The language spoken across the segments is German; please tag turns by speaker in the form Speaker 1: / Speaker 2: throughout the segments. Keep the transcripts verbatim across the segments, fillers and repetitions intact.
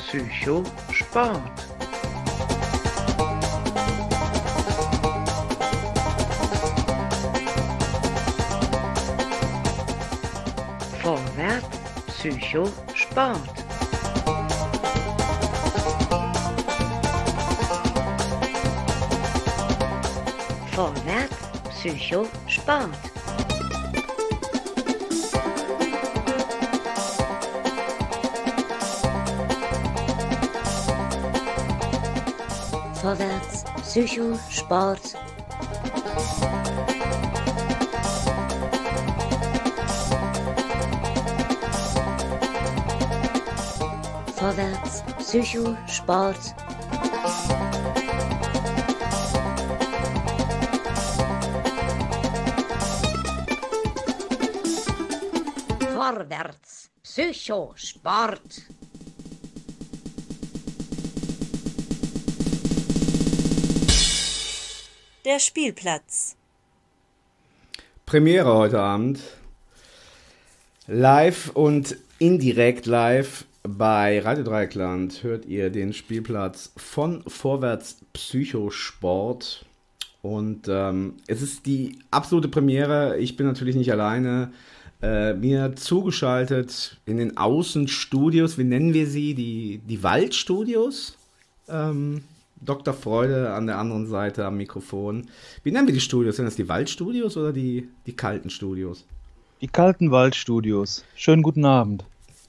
Speaker 1: Psychosport. Vorwärts Psychosport. Vorwärts Psychosport. Vorwärts Psychosport. Vorwärts Psychosport. Vorwärts Psychosport.
Speaker 2: Der Spielplatz.
Speaker 3: Premiere heute Abend. Live und indirekt live bei Radio Dreieckland hört ihr den Spielplatz von Vorwärts Psychosport. Und ähm, es ist die absolute Premiere. Ich bin natürlich nicht alleine. Äh, mir zugeschaltet in den Außenstudios, wie nennen wir sie? Die, die Waldstudios. Ähm, Doktor Freude an der anderen Seite am Mikrofon. Wie nennen wir die Studios? Sind das die Waldstudios oder die, die kalten Studios?
Speaker 4: Die kalten Waldstudios. Schönen guten Abend.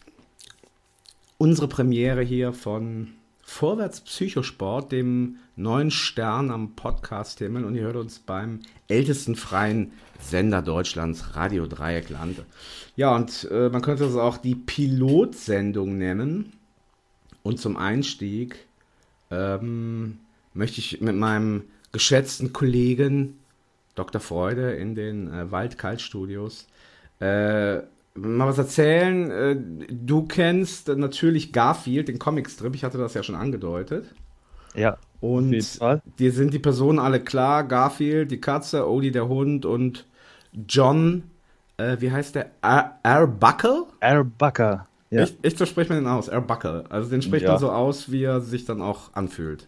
Speaker 3: Unsere Premiere hier von Vorwärts Psychosport, dem neuen Stern am Podcast-Himmel. Und ihr hört uns beim ältesten freien Sender Deutschlands, Radio Dreieckland. Ja, und äh, man könnte das auch die Pilotsendung nennen. Und zum Einstieg ähm, möchte ich mit meinem geschätzten Kollegen Doktor Freude in den äh, Wald-Kalt-Studios äh, mal was erzählen. Äh, du kennst natürlich Garfield, den Comicstrip, ich hatte das ja schon angedeutet.
Speaker 4: Ja,
Speaker 3: und
Speaker 4: auf jeden Fall.
Speaker 3: Dir sind die Personen alle klar. Garfield, die Katze, Odie, der Hund und John, äh, wie heißt der? Ar- Arbuckle?
Speaker 4: Arbuckle, ja.
Speaker 3: Ich, ich so spreche man den aus, Arbuckle. Also den spricht
Speaker 4: Ja.
Speaker 3: man so aus, wie er sich dann auch anfühlt.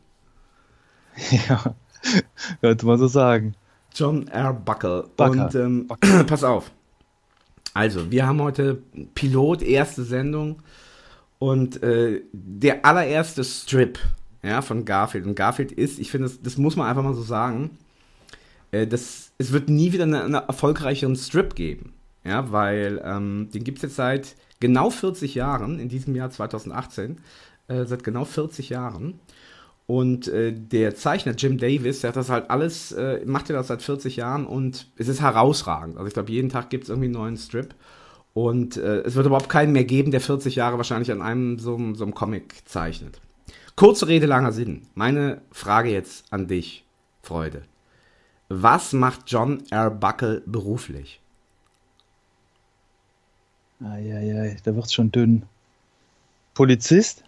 Speaker 4: Ja, könnte man so sagen.
Speaker 3: John Arbuckle.
Speaker 4: Bucker.
Speaker 3: Und ähm, pass auf. Also, wir haben heute Pilot, erste Sendung und äh, der allererste Strip, ja, von Garfield. Und Garfield ist, ich finde, das, das muss man einfach mal so sagen, äh, das, es wird nie wieder einen eine erfolgreicheren Strip geben, ja, weil ähm, den gibt es jetzt seit genau vierzig Jahren, in diesem Jahr zwanzig achtzehn, äh, seit genau vierzig Jahren. Und äh, der Zeichner Jim Davis, der hat das halt alles, äh, macht ja das seit vierzig Jahren und es ist herausragend. Also ich glaube, jeden Tag gibt es irgendwie einen neuen Strip. Und äh, es wird überhaupt keinen mehr geben, der vierzig Jahre wahrscheinlich an einem so, so einem Comic zeichnet. Kurze Rede, langer Sinn. Meine Frage jetzt an dich, Freude. Was macht John Arbuckle beruflich?
Speaker 4: Eieiei, da wird's schon dünn. Polizist?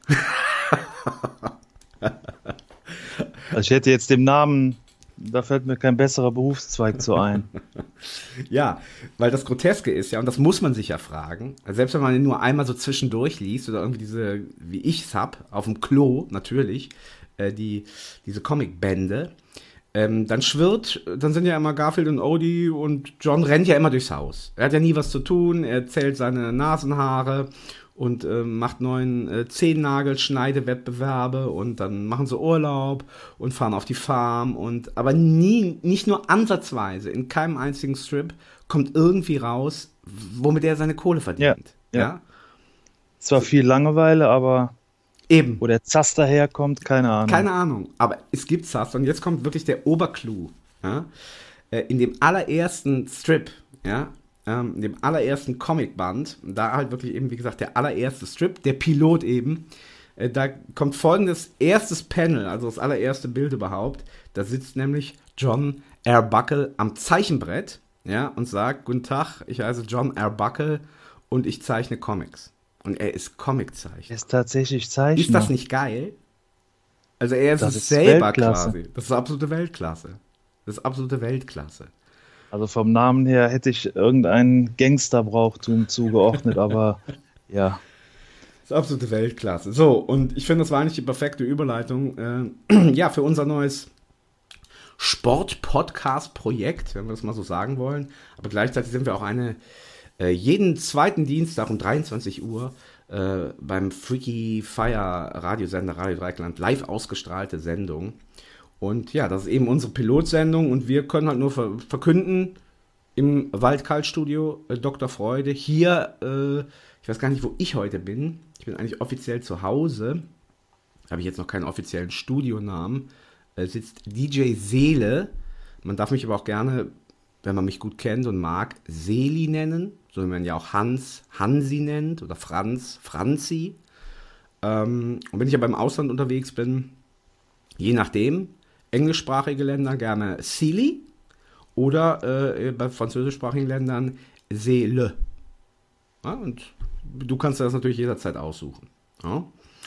Speaker 4: Also ich hätte jetzt den Namen, da fällt mir kein besserer Berufszweig zu ein.
Speaker 3: Ja, weil das Groteske ist ja, und das muss man sich ja fragen, also selbst wenn man ihn nur einmal so zwischendurch liest oder irgendwie diese, wie ich es hab, auf dem Klo natürlich, äh, die, diese Comicbände, ähm, dann schwirrt, dann sind ja immer Garfield und Odie und John rennt ja immer durchs Haus. Er hat ja nie was zu tun, er zählt seine Nasenhaare und äh, macht neuen äh, Zehennagel-Schneidewettbewerbe und dann machen sie Urlaub und fahren auf die Farm und aber nie, nicht nur ansatzweise, in keinem einzigen Strip kommt irgendwie raus, womit er seine Kohle verdient.
Speaker 4: Ja,
Speaker 3: Ja.
Speaker 4: ja. Zwar viel Langeweile, aber
Speaker 3: Eben.
Speaker 4: wo der Zaster herkommt, keine Ahnung.
Speaker 3: Keine Ahnung, aber es gibt Zaster und jetzt kommt wirklich der Oberclou. Ja? Äh, in dem allerersten Strip, ja, ähm, in dem allerersten Comicband, da halt wirklich eben, wie gesagt, der allererste Strip, der Pilot eben, äh, da kommt folgendes erstes Panel, also das allererste Bild überhaupt, da sitzt nämlich John Arbuckle am Zeichenbrett, ja, und sagt, guten Tag, ich heiße John Arbuckle und ich zeichne Comics. Und er ist Comiczeichner.
Speaker 4: Er ist tatsächlich Zeichner.
Speaker 3: Ist das nicht geil? Also er ist
Speaker 4: Das
Speaker 3: es
Speaker 4: ist
Speaker 3: selber
Speaker 4: Weltklasse.
Speaker 3: quasi. Das ist absolute Weltklasse. Das ist absolute Weltklasse.
Speaker 4: Also vom Namen her hätte ich irgendein Gangsterbrauchtum zugeordnet, aber ja.
Speaker 3: Das ist absolute Weltklasse. So, und ich finde, das war eigentlich die perfekte Überleitung, äh, ja, für unser neues Sport-Podcast-Projekt, wenn wir das mal so sagen wollen. Aber gleichzeitig sind wir auch eine, äh, jeden zweiten Dienstag um dreiundzwanzig Uhr äh, beim Freaky Fire Radiosender Radio Dreieckland live ausgestrahlte Sendung. Und ja, das ist eben unsere Pilotsendung und wir können halt nur ver- verkünden, im Waldkaltstudio äh, Doktor Freude, hier, äh, ich weiß gar nicht, wo ich heute bin. Ich bin eigentlich offiziell zu Hause. Habe ich jetzt noch keinen offiziellen Studionamen. Äh, sitzt D J Seele. Man darf mich aber auch gerne, wenn man mich gut kennt und mag, Seeli nennen. So wie man ja auch Hans, Hansi nennt oder Franz, Franzi. Ähm, und wenn ich aber im Ausland unterwegs bin, je nachdem, englischsprachige Länder gerne Seeli oder äh, bei französischsprachigen Ländern Seele. Ja, und du kannst das natürlich jederzeit aussuchen. Ja,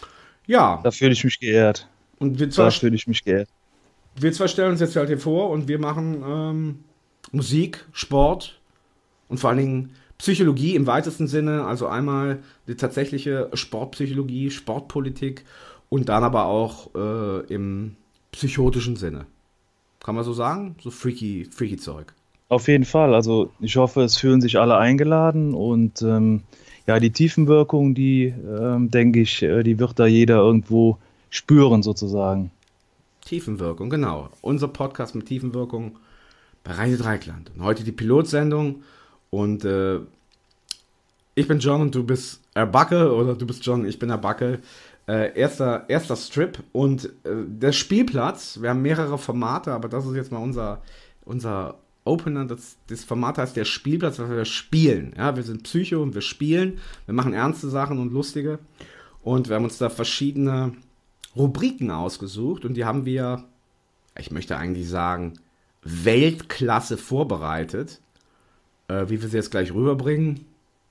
Speaker 3: ja.
Speaker 4: Da fühle ich mich geehrt.
Speaker 3: Und wir zwei,
Speaker 4: Da fühle ich mich geehrt.
Speaker 3: wir zwei stellen uns jetzt halt hier vor und wir machen ähm, Musik, Sport und vor allen Dingen Psychologie im weitesten Sinne. Also einmal die tatsächliche Sportpsychologie, Sportpolitik und dann aber auch äh, im psychotischen Sinne. Kann man so sagen? So freaky, freaky Zeug.
Speaker 4: Auf jeden Fall. Also ich hoffe, es fühlen sich alle eingeladen und ähm, ja, die Tiefenwirkung, die ähm, denke ich, äh, die wird da jeder irgendwo spüren sozusagen.
Speaker 3: Tiefenwirkung, genau. Unser Podcast mit Tiefenwirkung bei Radio Dreieckland. Und heute die Pilotsendung und äh, ich bin John und du bist Erbacke oder du bist John, ich bin Erbacke. Äh, erster, erster Strip und äh, der Spielplatz, wir haben mehrere Formate, aber das ist jetzt mal unser, unser Opener, das, das Format heißt der Spielplatz, weil wir spielen. Ja, wir sind Psycho und wir spielen, wir machen ernste Sachen und lustige und wir haben uns da verschiedene Rubriken ausgesucht und die haben wir, ich möchte eigentlich sagen, Weltklasse vorbereitet. Äh, wie wir sie jetzt gleich rüberbringen,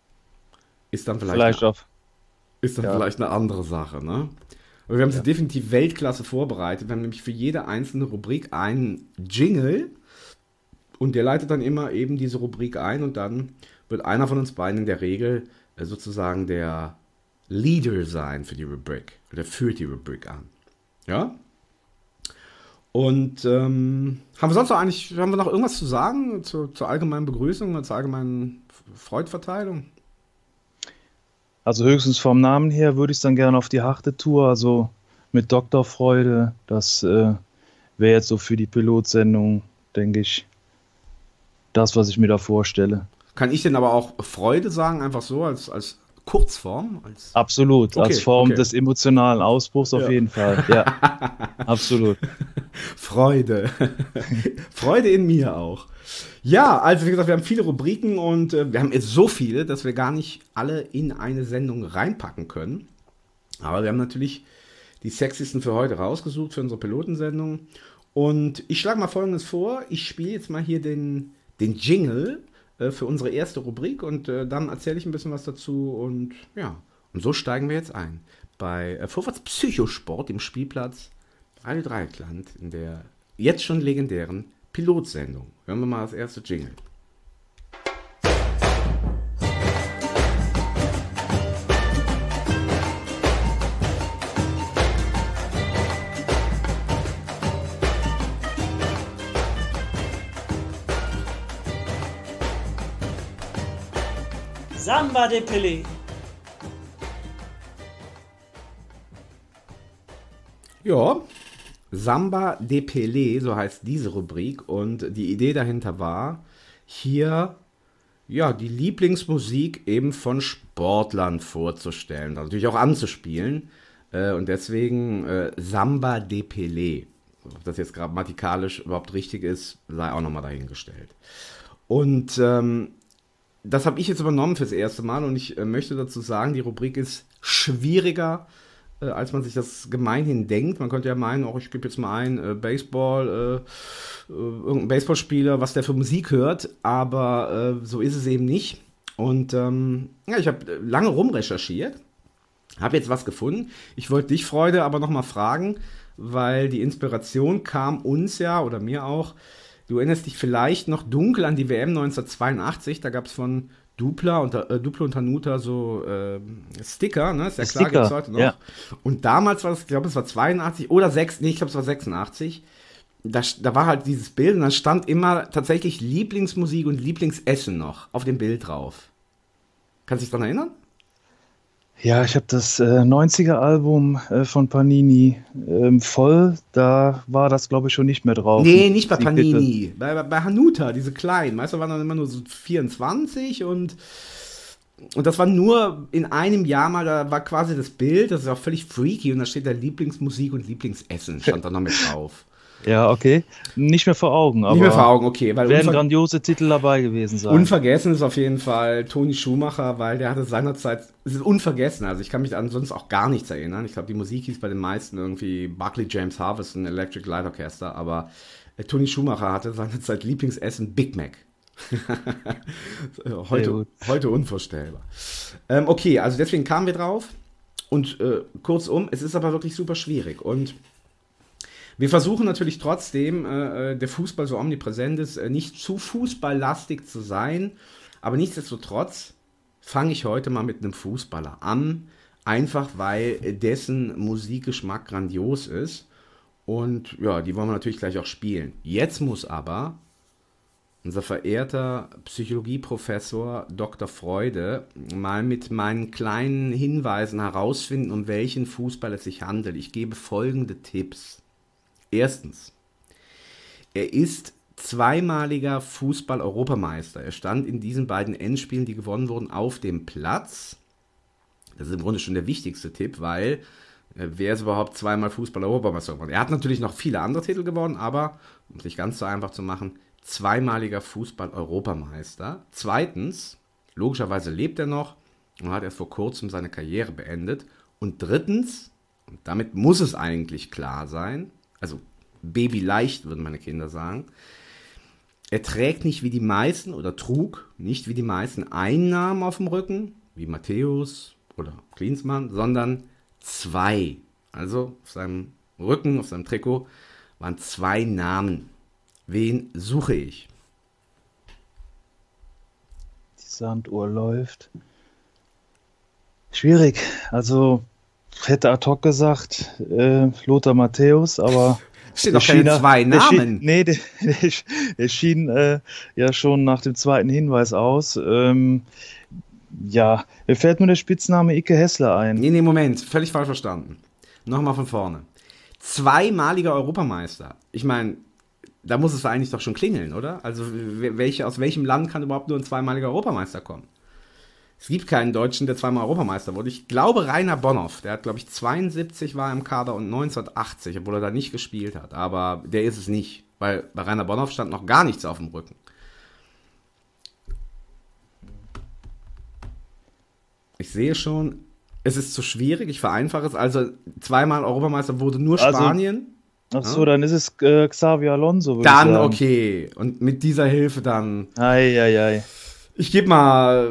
Speaker 3: ist dann vielleicht,
Speaker 4: Vielleicht
Speaker 3: eine,
Speaker 4: auch.
Speaker 3: ist dann
Speaker 4: ja.
Speaker 3: vielleicht eine andere Sache, ne? Aber wir haben sie
Speaker 4: Ja.
Speaker 3: definitiv Weltklasse vorbereitet. Wir haben nämlich für jede einzelne Rubrik einen Jingle und der leitet dann immer eben diese Rubrik ein und dann wird einer von uns beiden in der Regel äh, sozusagen der Leader sein für die Rubrik. Der führt die Rubrik an. Ja? Und ähm, haben wir sonst noch eigentlich, haben wir noch irgendwas zu sagen zur, zur allgemeinen Begrüßung oder zur allgemeinen Freudverteilung?
Speaker 4: Also höchstens vom Namen her würde ich es dann gerne auf die harte Tour, also mit Doktor Freude. Das äh, wäre jetzt so für die Pilotsendung, denke ich, das, was ich mir da vorstelle.
Speaker 3: Kann ich denn aber auch Freude sagen, einfach so als, als Kurzform? Als
Speaker 4: Absolut,
Speaker 3: Okay,
Speaker 4: als Form
Speaker 3: okay.
Speaker 4: des emotionalen Ausbruchs auf
Speaker 3: Ja.
Speaker 4: jeden Fall. Ja, absolut.
Speaker 3: Freude. Freude in mir auch. Ja, also wie gesagt, wir haben viele Rubriken und äh, wir haben jetzt so viele, dass wir gar nicht alle in eine Sendung reinpacken können. Aber wir haben natürlich die sexiesten für heute rausgesucht, für unsere Pilotensendung. Und ich schlage mal Folgendes vor. Ich spiele jetzt mal hier den, den Jingle äh, für unsere erste Rubrik und äh, dann erzähle ich ein bisschen was dazu. Und ja, und so steigen wir jetzt ein. Bei äh, Vorwärts Psychosport im Spielplatz Radio Dreieckland in der jetzt schon legendären Pilotsendung. Hören wir mal das erste Jingle.
Speaker 2: Samba de Pelé.
Speaker 3: Ja, Samba de Pelé, so heißt diese Rubrik. Und die Idee dahinter war, hier ja, die Lieblingsmusik eben von Sportlern vorzustellen, natürlich auch anzuspielen. Äh, und deswegen äh, Samba de Pelé. Ob das jetzt grammatikalisch überhaupt richtig ist, sei auch nochmal dahingestellt. Und ähm, das habe ich jetzt übernommen fürs erste Mal und ich äh, möchte dazu sagen, die Rubrik ist schwieriger, äh, als man sich das gemeinhin denkt. Man könnte ja meinen, oh, ich gebe jetzt mal ein, äh, Baseball, äh, äh, irgendein Baseballspieler, was der für Musik hört, aber äh, so ist es eben nicht. Und ähm, ja, ich habe lange rumrecherchiert, habe jetzt was gefunden. Ich wollte dich, Freude, aber nochmal fragen, weil die Inspiration kam uns ja, oder mir auch. Du erinnerst dich vielleicht noch dunkel an die W M neunzehnhundertzweiundachtzig, da gab es von Dupla und, äh, Duplo und Hanuta so äh, Sticker, ne? Ist ja klar,
Speaker 4: Sticker,
Speaker 3: gibt's heute noch.
Speaker 4: ja.
Speaker 3: Und damals war das, ich glaube, es war zweiundachtzig oder sechs, nee, ich glaube, es war sechsundachtzig. Da, da war halt dieses Bild und dann stand immer tatsächlich Lieblingsmusik und Lieblingsessen noch auf dem Bild drauf. Kannst du dich daran erinnern?
Speaker 4: Ja, ich habe das äh, neunziger-Album äh, von Panini ähm, voll. Da war das, glaube ich, schon nicht mehr drauf.
Speaker 3: Nee, nicht bei
Speaker 4: Die
Speaker 3: Panini. Bei, bei, bei Hanuta, diese kleinen. Weißt du, waren dann immer nur so vierundzwanzig und, und das war nur in einem Jahr mal, da war quasi das Bild, das ist auch völlig freaky und da steht da Lieblingsmusik und Lieblingsessen, stand da noch mit drauf.
Speaker 4: Ja, okay. Nicht mehr vor Augen, aber
Speaker 3: Nicht mehr vor Augen, okay. Weil
Speaker 4: werden
Speaker 3: unver
Speaker 4: grandiose Titel dabei gewesen sein.
Speaker 3: unvergessen ist auf jeden Fall Toni Schumacher, weil der hatte seinerzeit, es ist unvergessen, also ich kann mich an sonst auch gar nichts erinnern. Ich glaube, die Musik hieß bei den meisten irgendwie Barclay James Harvest, ein Electric Light Orchestra, aber äh, Toni Schumacher hatte seinerzeit Lieblingsessen Big Mac. heute, heute unvorstellbar. Ähm, okay, also deswegen kamen wir drauf und äh, kurzum, es ist aber wirklich super schwierig und wir versuchen natürlich trotzdem, äh, der Fußball so omnipräsent ist, äh, nicht zu fußballlastig zu sein, aber nichtsdestotrotz fange ich heute mal mit einem Fußballer an, einfach weil dessen Musikgeschmack grandios ist und ja, die wollen wir natürlich gleich auch spielen. Jetzt muss aber unser verehrter Psychologieprofessor Doktor Freude mal mit meinen kleinen Hinweisen herausfinden, um welchen Fußball es sich handelt. Ich gebe folgende Tipps. Erstens, er ist zweimaliger Fußball-Europameister. Er stand in diesen beiden Endspielen, die gewonnen wurden, auf dem Platz. Das ist im Grunde schon der wichtigste Tipp, weil äh, wer ist überhaupt zweimal Fußball-Europameister geworden? Er hat natürlich noch viele andere Titel gewonnen, aber, um es nicht ganz so einfach zu machen, zweimaliger Fußball-Europameister. Zweitens, logischerweise lebt er noch und hat erst vor kurzem seine Karriere beendet. Und drittens, und damit muss es eigentlich klar sein, also babyleicht, würden meine Kinder sagen. Er trägt nicht wie die meisten oder trug nicht wie die meisten Einnahmen auf dem Rücken, wie Matthäus oder Klinsmann, sondern zwei. Also auf seinem Rücken, auf seinem Trikot waren zwei Namen. Wen suche ich?
Speaker 4: Die Sanduhr läuft. Schwierig. Also hätte ad hoc gesagt, äh, Lothar Matthäus, aber
Speaker 3: Steht doch keine zwei
Speaker 4: der schien,
Speaker 3: Namen.
Speaker 4: nee, der, der, der schien äh, ja schon nach dem zweiten Hinweis aus. Ähm, ja, mir fällt nur der Spitzname Icke Hessler ein.
Speaker 3: Nee, nee, Moment, völlig falsch verstanden. Nochmal von vorne. Zweimaliger Europameister. Ich meine, da muss es eigentlich doch schon klingeln, oder? Also welche, aus welchem Land kann überhaupt nur ein zweimaliger Europameister kommen? Es gibt keinen Deutschen, der zweimal Europameister wurde. Ich glaube, Rainer Bonhoff, der hat, glaube ich, zweiundsiebzig war im Kader und neunzehnhundertachtzig, obwohl er da nicht gespielt hat. Aber der ist es nicht, weil bei Rainer Bonhoff stand noch gar nichts auf dem Rücken. Ich sehe schon, es ist zu schwierig, ich vereinfache es. Also zweimal Europameister wurde nur
Speaker 4: Also,
Speaker 3: Spanien.
Speaker 4: Ach so, dann ist es äh, Xavi Alonso, würde ich
Speaker 3: Dann,
Speaker 4: sagen.
Speaker 3: okay. Und mit dieser Hilfe dann...
Speaker 4: Ei, ei, ei.
Speaker 3: Ich gebe mal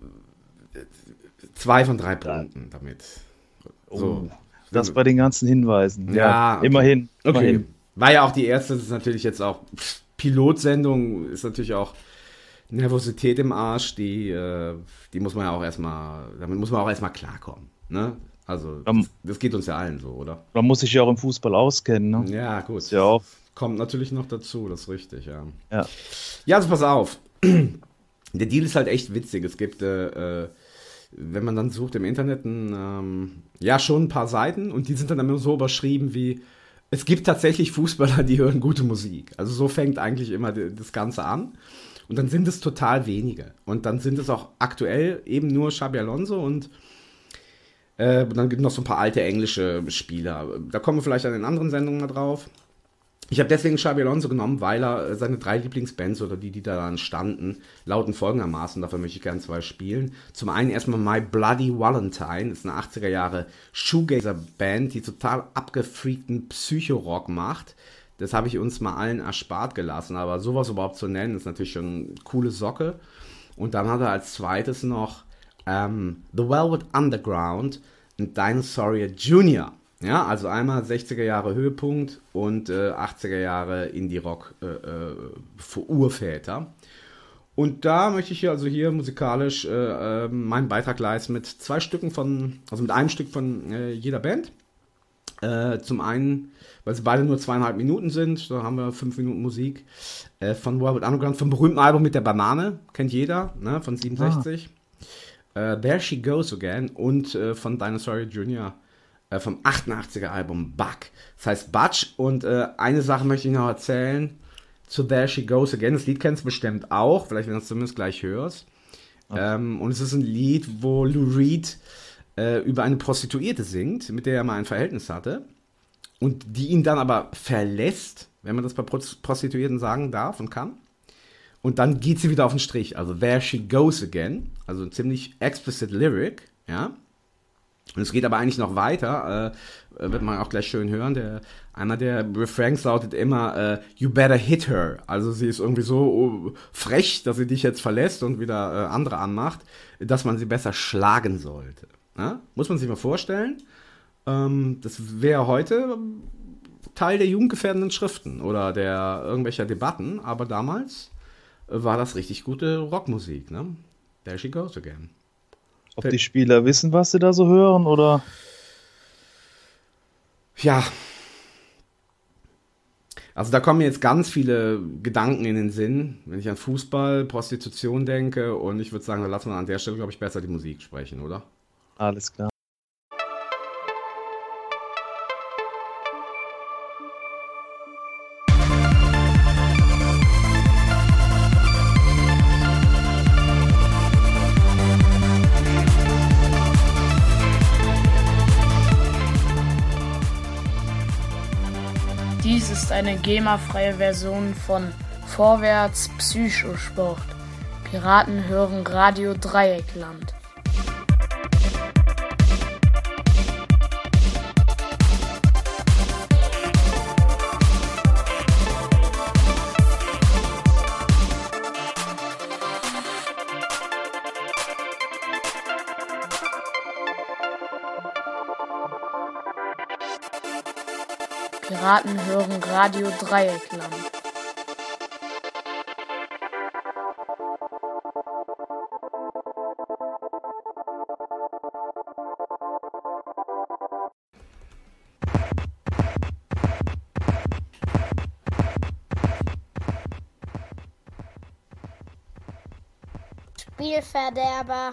Speaker 3: zwei von drei Punkten damit. So.
Speaker 4: Oh, das bei den ganzen Hinweisen.
Speaker 3: Ja,
Speaker 4: Ja,
Speaker 3: okay.
Speaker 4: immerhin.
Speaker 3: Okay.
Speaker 4: immerhin.
Speaker 3: War ja auch die erste, das ist natürlich jetzt auch pff, Pilotsendung, ist natürlich auch Nervosität im Arsch, die, äh, die muss man ja auch erstmal, damit muss man auch erstmal klarkommen. Ne? Also,
Speaker 4: Um,
Speaker 3: das, das geht uns ja allen so, oder?
Speaker 4: Man muss sich ja auch im Fußball auskennen, ne?
Speaker 3: Ja, gut.
Speaker 4: Ist ja auch.
Speaker 3: Kommt natürlich noch dazu, das ist richtig, ja.
Speaker 4: Ja.
Speaker 3: Ja, also pass auf. Der Deal ist halt echt witzig. Es gibt, äh, wenn man dann sucht im Internet, ein, ähm, ja, schon ein paar Seiten und die sind dann immer so überschrieben wie, es gibt tatsächlich Fußballer, die hören gute Musik. Also so fängt eigentlich immer das Ganze an. Und dann sind es total wenige. Und dann sind es auch aktuell eben nur Xabi Alonso und äh, dann gibt es noch so ein paar alte englische Spieler. Da kommen wir vielleicht an den anderen Sendungen mal drauf. Ich habe deswegen Xabi Alonso genommen, weil er seine drei Lieblingsbands oder die, die da dann standen, lauten folgendermaßen, dafür möchte ich gerne zwei spielen. Zum einen erstmal My Bloody Valentine, das ist eine achtziger Jahre Shoegazer-Band, die total abgefreakten Psycho-Rock macht. Das habe ich uns mal allen erspart gelassen, aber sowas überhaupt zu nennen, ist natürlich schon eine coole Socke. Und dann hat er als zweites noch ähm, The Velvet Underground und Dinosauria Junior Ja, also einmal sechziger Jahre Höhepunkt und äh, achtziger Jahre Indie-Rock äh, äh, für Urväter. Und da möchte ich hier also hier musikalisch äh, äh, meinen Beitrag leisten mit zwei Stücken von, also mit einem Stück von äh, jeder Band. Äh, zum einen, weil sie beide nur zweieinhalb Minuten sind, da haben wir fünf Minuten Musik äh, von Velvet Underground, vom berühmten Album mit der Banane, kennt jeder, ne, von siebenundsechzig. Ah. Äh, There She Goes Again und äh, von Dinosaur Junior äh, vom achtundachtziger Album Buck. Das heißt Butch und äh, eine Sache möchte ich noch erzählen zu There She Goes Again. Das Lied kennst du bestimmt auch, vielleicht wenn du es zumindest gleich hörst. Okay. Ähm, und es ist ein Lied, wo Lou Reed äh, über eine Prostituierte singt, mit der er mal ein Verhältnis hatte und die ihn dann aber verlässt, wenn man das bei Prostituierten sagen darf und kann. Und dann geht sie wieder auf den Strich. Also There She Goes Again. Also ein ziemlich explicit Lyric, ja. Und es geht aber eigentlich noch weiter, äh, wird man auch gleich schön hören. Der, einer der Refrains lautet immer, äh, You better hit her. Also sie ist irgendwie so frech, dass sie dich jetzt verlässt und wieder äh, andere anmacht, dass man sie besser schlagen sollte. Ja? Muss man sich mal vorstellen. Ähm, das wäre heute Teil der jugendgefährdenden Schriften oder der irgendwelcher Debatten, aber damals äh, war das richtig gute Rockmusik. Ne? There She Goes Again.
Speaker 4: Ob die Spieler wissen, was sie da so hören, oder?
Speaker 3: Ja. Also da kommen mir jetzt ganz viele Gedanken in den Sinn, wenn ich an Fußball, Prostitution denke, und ich würde sagen, da lassen wir an der Stelle, glaube ich, besser die Musik sprechen, oder?
Speaker 4: Alles klar.
Speaker 5: Dies ist eine GEMA-freie Version von Vorwärts Psychosport. Piraten hören Radio Dreieckland. Piraten hören Radio Dreieckland.
Speaker 6: Spielverderber.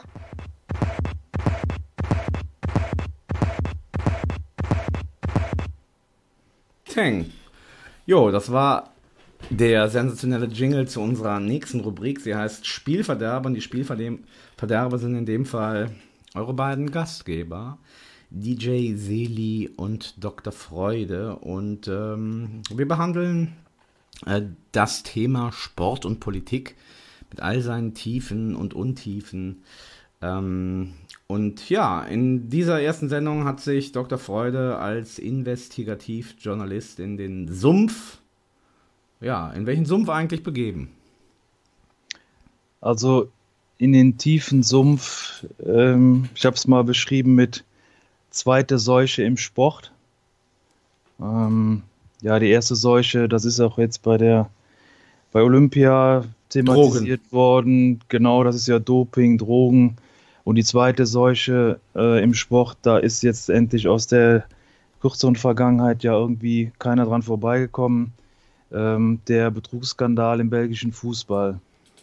Speaker 3: Tang. Jo, das war der sensationelle Jingle zu unserer nächsten Rubrik. Sie heißt Spielverderber. Und die Spielverderber sind in dem Fall eure beiden Gastgeber, D J Seeli und Doktor Freude. Und ähm, wir behandeln äh, das Thema Sport und Politik mit all seinen Tiefen und Untiefen. Ähm, und ja, in dieser ersten Sendung hat sich Doktor Freude als Investigativjournalist in den Sumpf, ja, in welchen Sumpf eigentlich begeben?
Speaker 4: Also in den tiefen Sumpf, ähm, ich habe es mal beschrieben mit zweite Seuche im Sport. Ähm, ja, die erste Seuche, das ist auch jetzt bei der bei Olympia thematisiert Drogen. worden. Genau, das ist ja Doping, Drogen. Und die zweite Seuche äh, im Sport, da ist jetzt endlich aus der kürzeren Vergangenheit ja irgendwie keiner dran vorbeigekommen. Ähm, der Betrugsskandal im belgischen Fußball.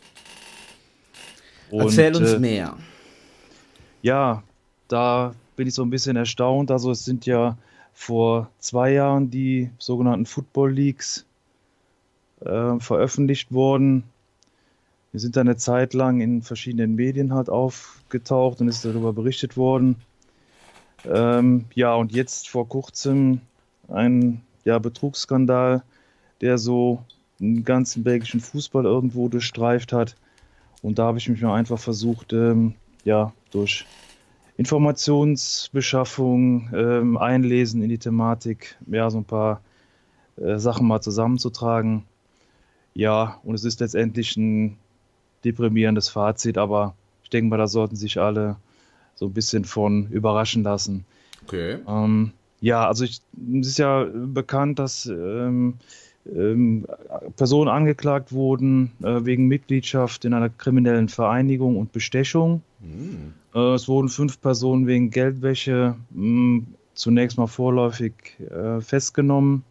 Speaker 4: Und,
Speaker 3: Erzähl uns
Speaker 4: äh,
Speaker 3: mehr.
Speaker 4: Ja, da bin ich so ein bisschen erstaunt. Also es sind ja vor zwei Jahren die sogenannten Football Leagues äh, veröffentlicht worden. Wir sind da eine Zeit lang in verschiedenen Medien halt aufgetaucht und ist darüber berichtet worden. Ähm, ja, und jetzt vor kurzem ein ja, Betrugsskandal, der so den ganzen belgischen Fußball irgendwo durchstreift hat. Und da habe ich mich mal einfach versucht, ähm, ja, durch Informationsbeschaffung, ähm, Einlesen in die Thematik, ja, so ein paar äh, Sachen mal zusammenzutragen. Ja, und es ist letztendlich ein deprimierendes Fazit, aber ich denke mal, da sollten sich alle so ein bisschen von überraschen lassen.
Speaker 3: Okay.
Speaker 4: Ähm, ja, also ich, es ist ja bekannt, dass ähm, ähm, Personen angeklagt wurden äh, wegen Mitgliedschaft in einer kriminellen Vereinigung und Bestechung. Mhm. Äh, es wurden fünf Personen wegen Geldwäsche mh, zunächst mal vorläufig äh, festgenommen.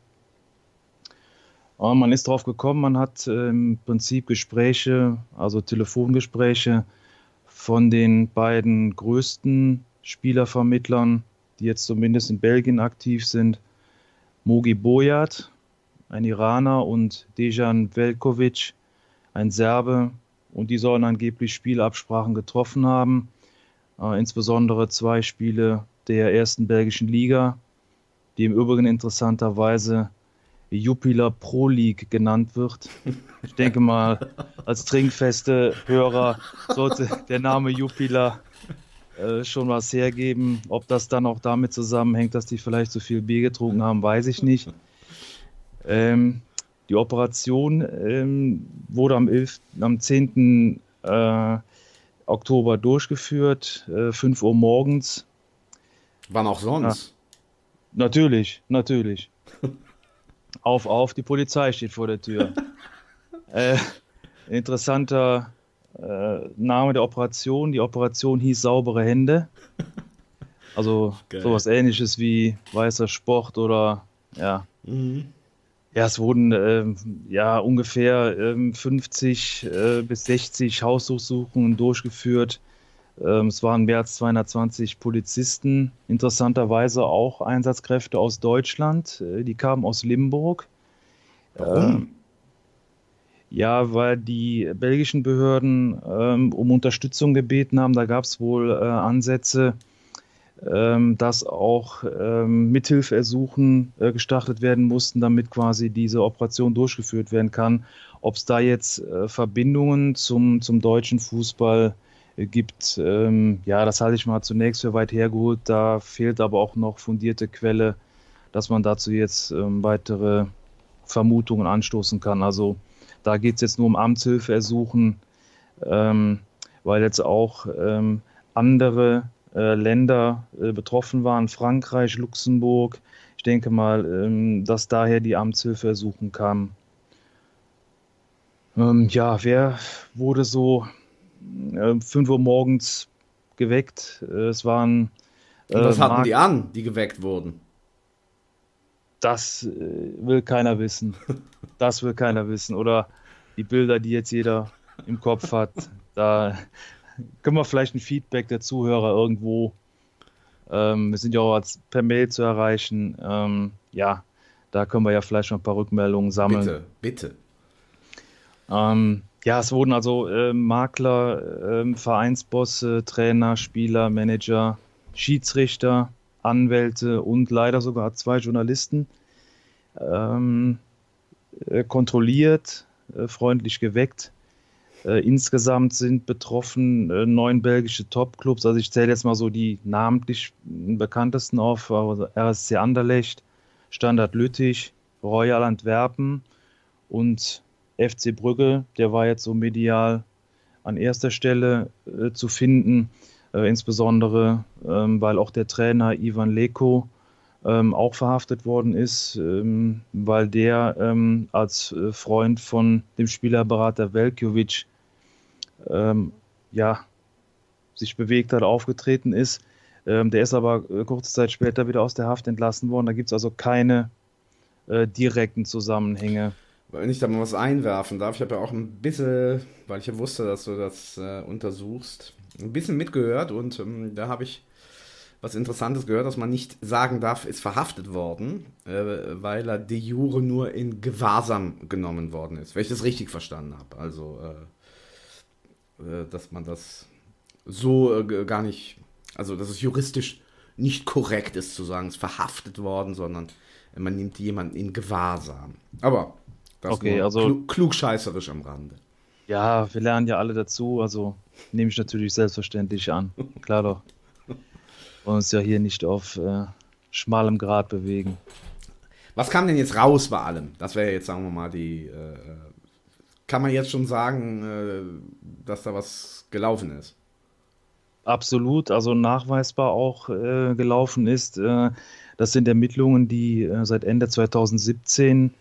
Speaker 4: Aber man ist drauf gekommen, man hat äh, im Prinzip Gespräche, also Telefongespräche von den beiden größten Spielervermittlern, die jetzt zumindest in Belgien aktiv sind, Mogi Boyat, ein Iraner, und Dejan Veljković, ein Serbe, und die sollen angeblich Spielabsprachen getroffen haben, äh, insbesondere zwei Spiele der ersten belgischen Liga, die im Übrigen interessanterweise Jupiler Pro League genannt wird. Ich denke mal, als trinkfeste Hörer sollte der Name Jupiler äh, schon was hergeben. Ob das dann auch damit zusammenhängt, dass die vielleicht so viel Bier getrunken haben, weiß ich nicht. Ähm, die Operation ähm, wurde am, elften, am zehnten Äh, Oktober durchgeführt, äh, fünf Uhr morgens.
Speaker 3: Wann auch sonst?
Speaker 4: Ja, natürlich, natürlich. Auf, auf, die Polizei steht vor der Tür. äh, interessanter äh, Name der Operation. Die Operation hieß Saubere Hände. Also Geil. Sowas Ähnliches wie Weißer Sport oder ja. Mhm. Ja, es wurden äh, ja ungefähr äh, fünfzig äh, bis sechzig Hausdurchsuchungen durchgeführt. Ähm, es waren mehr als zweihundertzwanzig Polizisten, interessanterweise auch Einsatzkräfte aus Deutschland, äh, die kamen aus Limburg.
Speaker 3: Warum?
Speaker 4: Äh, ja, weil die belgischen Behörden ähm, um Unterstützung gebeten haben. Da gab es wohl äh, Ansätze, ähm, dass auch ähm, Mithilfeersuchen äh, gestartet werden mussten, damit quasi diese Operation durchgeführt werden kann. Ob es da jetzt äh, Verbindungen zum, zum deutschen Fußball gibt, ähm, ja, das halte ich mal zunächst für weit hergeholt. Da fehlt aber auch noch fundierte Quelle, dass man dazu jetzt ähm, weitere Vermutungen anstoßen kann. Also da geht es jetzt nur um Amtshilfeersuchen, ähm, weil jetzt auch ähm, andere äh, Länder äh, betroffen waren, Frankreich, Luxemburg. Ich denke mal, ähm, dass daher die Amtshilfeersuchen kamen. Ähm, ja, wer wurde so fünf Uhr morgens geweckt? Es waren...
Speaker 3: Äh, Und was hatten Mark- die an, die geweckt wurden?
Speaker 4: Das äh, will keiner wissen. Das will keiner wissen. Oder die Bilder, die jetzt jeder im Kopf hat. Da können wir vielleicht ein Feedback der Zuhörer irgendwo. Ähm, wir sind ja auch als per Mail zu erreichen. Ähm, ja, da können wir ja vielleicht noch ein paar Rückmeldungen sammeln.
Speaker 3: Bitte, bitte.
Speaker 4: Ähm, Ja, es wurden also äh, Makler, äh, Vereinsbosse, Trainer, Spieler, Manager, Schiedsrichter, Anwälte und leider sogar zwei Journalisten ähm, äh, kontrolliert, äh, freundlich geweckt. Äh, insgesamt sind betroffen äh, neun belgische Topclubs. Also ich zähle jetzt mal so die namentlich bekanntesten auf. Also R S C Anderlecht, Standard Lüttich, Royal Antwerpen und F C Brügge, der war jetzt so medial an erster Stelle äh, zu finden, äh, insbesondere ähm, weil auch der Trainer Ivan Leko ähm, auch verhaftet worden ist, ähm, weil der ähm, als äh, Freund von dem Spielerberater Veljković ähm, ja, sich bewegt hat, aufgetreten ist. Ähm, der ist aber äh, kurze Zeit später wieder aus der Haft entlassen worden. Da gibt es also keine äh, direkten Zusammenhänge.
Speaker 3: Wenn ich da mal was einwerfen darf, ich habe ja auch ein bisschen, weil ich ja wusste, dass du das äh, untersuchst, ein bisschen mitgehört und ähm, da habe ich was Interessantes gehört, dass man nicht sagen darf, ist verhaftet worden, äh, weil er de jure nur in Gewahrsam genommen worden ist, wenn ich das richtig verstanden habe. Also, äh, äh, dass man das so äh, gar nicht, also dass es juristisch nicht korrekt ist zu sagen, ist verhaftet worden, sondern man nimmt jemanden in Gewahrsam. Aber das
Speaker 4: okay,
Speaker 3: nur
Speaker 4: also
Speaker 3: klug, klugscheißerisch am Rande.
Speaker 4: Ja, wir lernen ja alle dazu, also nehme ich natürlich selbstverständlich an. Klar doch. Und uns ja hier nicht auf äh, schmalem Grat bewegen.
Speaker 3: Was kam denn jetzt raus bei allem? Das wäre jetzt, sagen wir mal, die. Äh, kann man jetzt schon sagen, äh, dass da was gelaufen ist?
Speaker 4: Absolut, also nachweisbar auch äh, gelaufen ist. Äh, das sind Ermittlungen, die äh, seit Ende zweitausendsiebzehn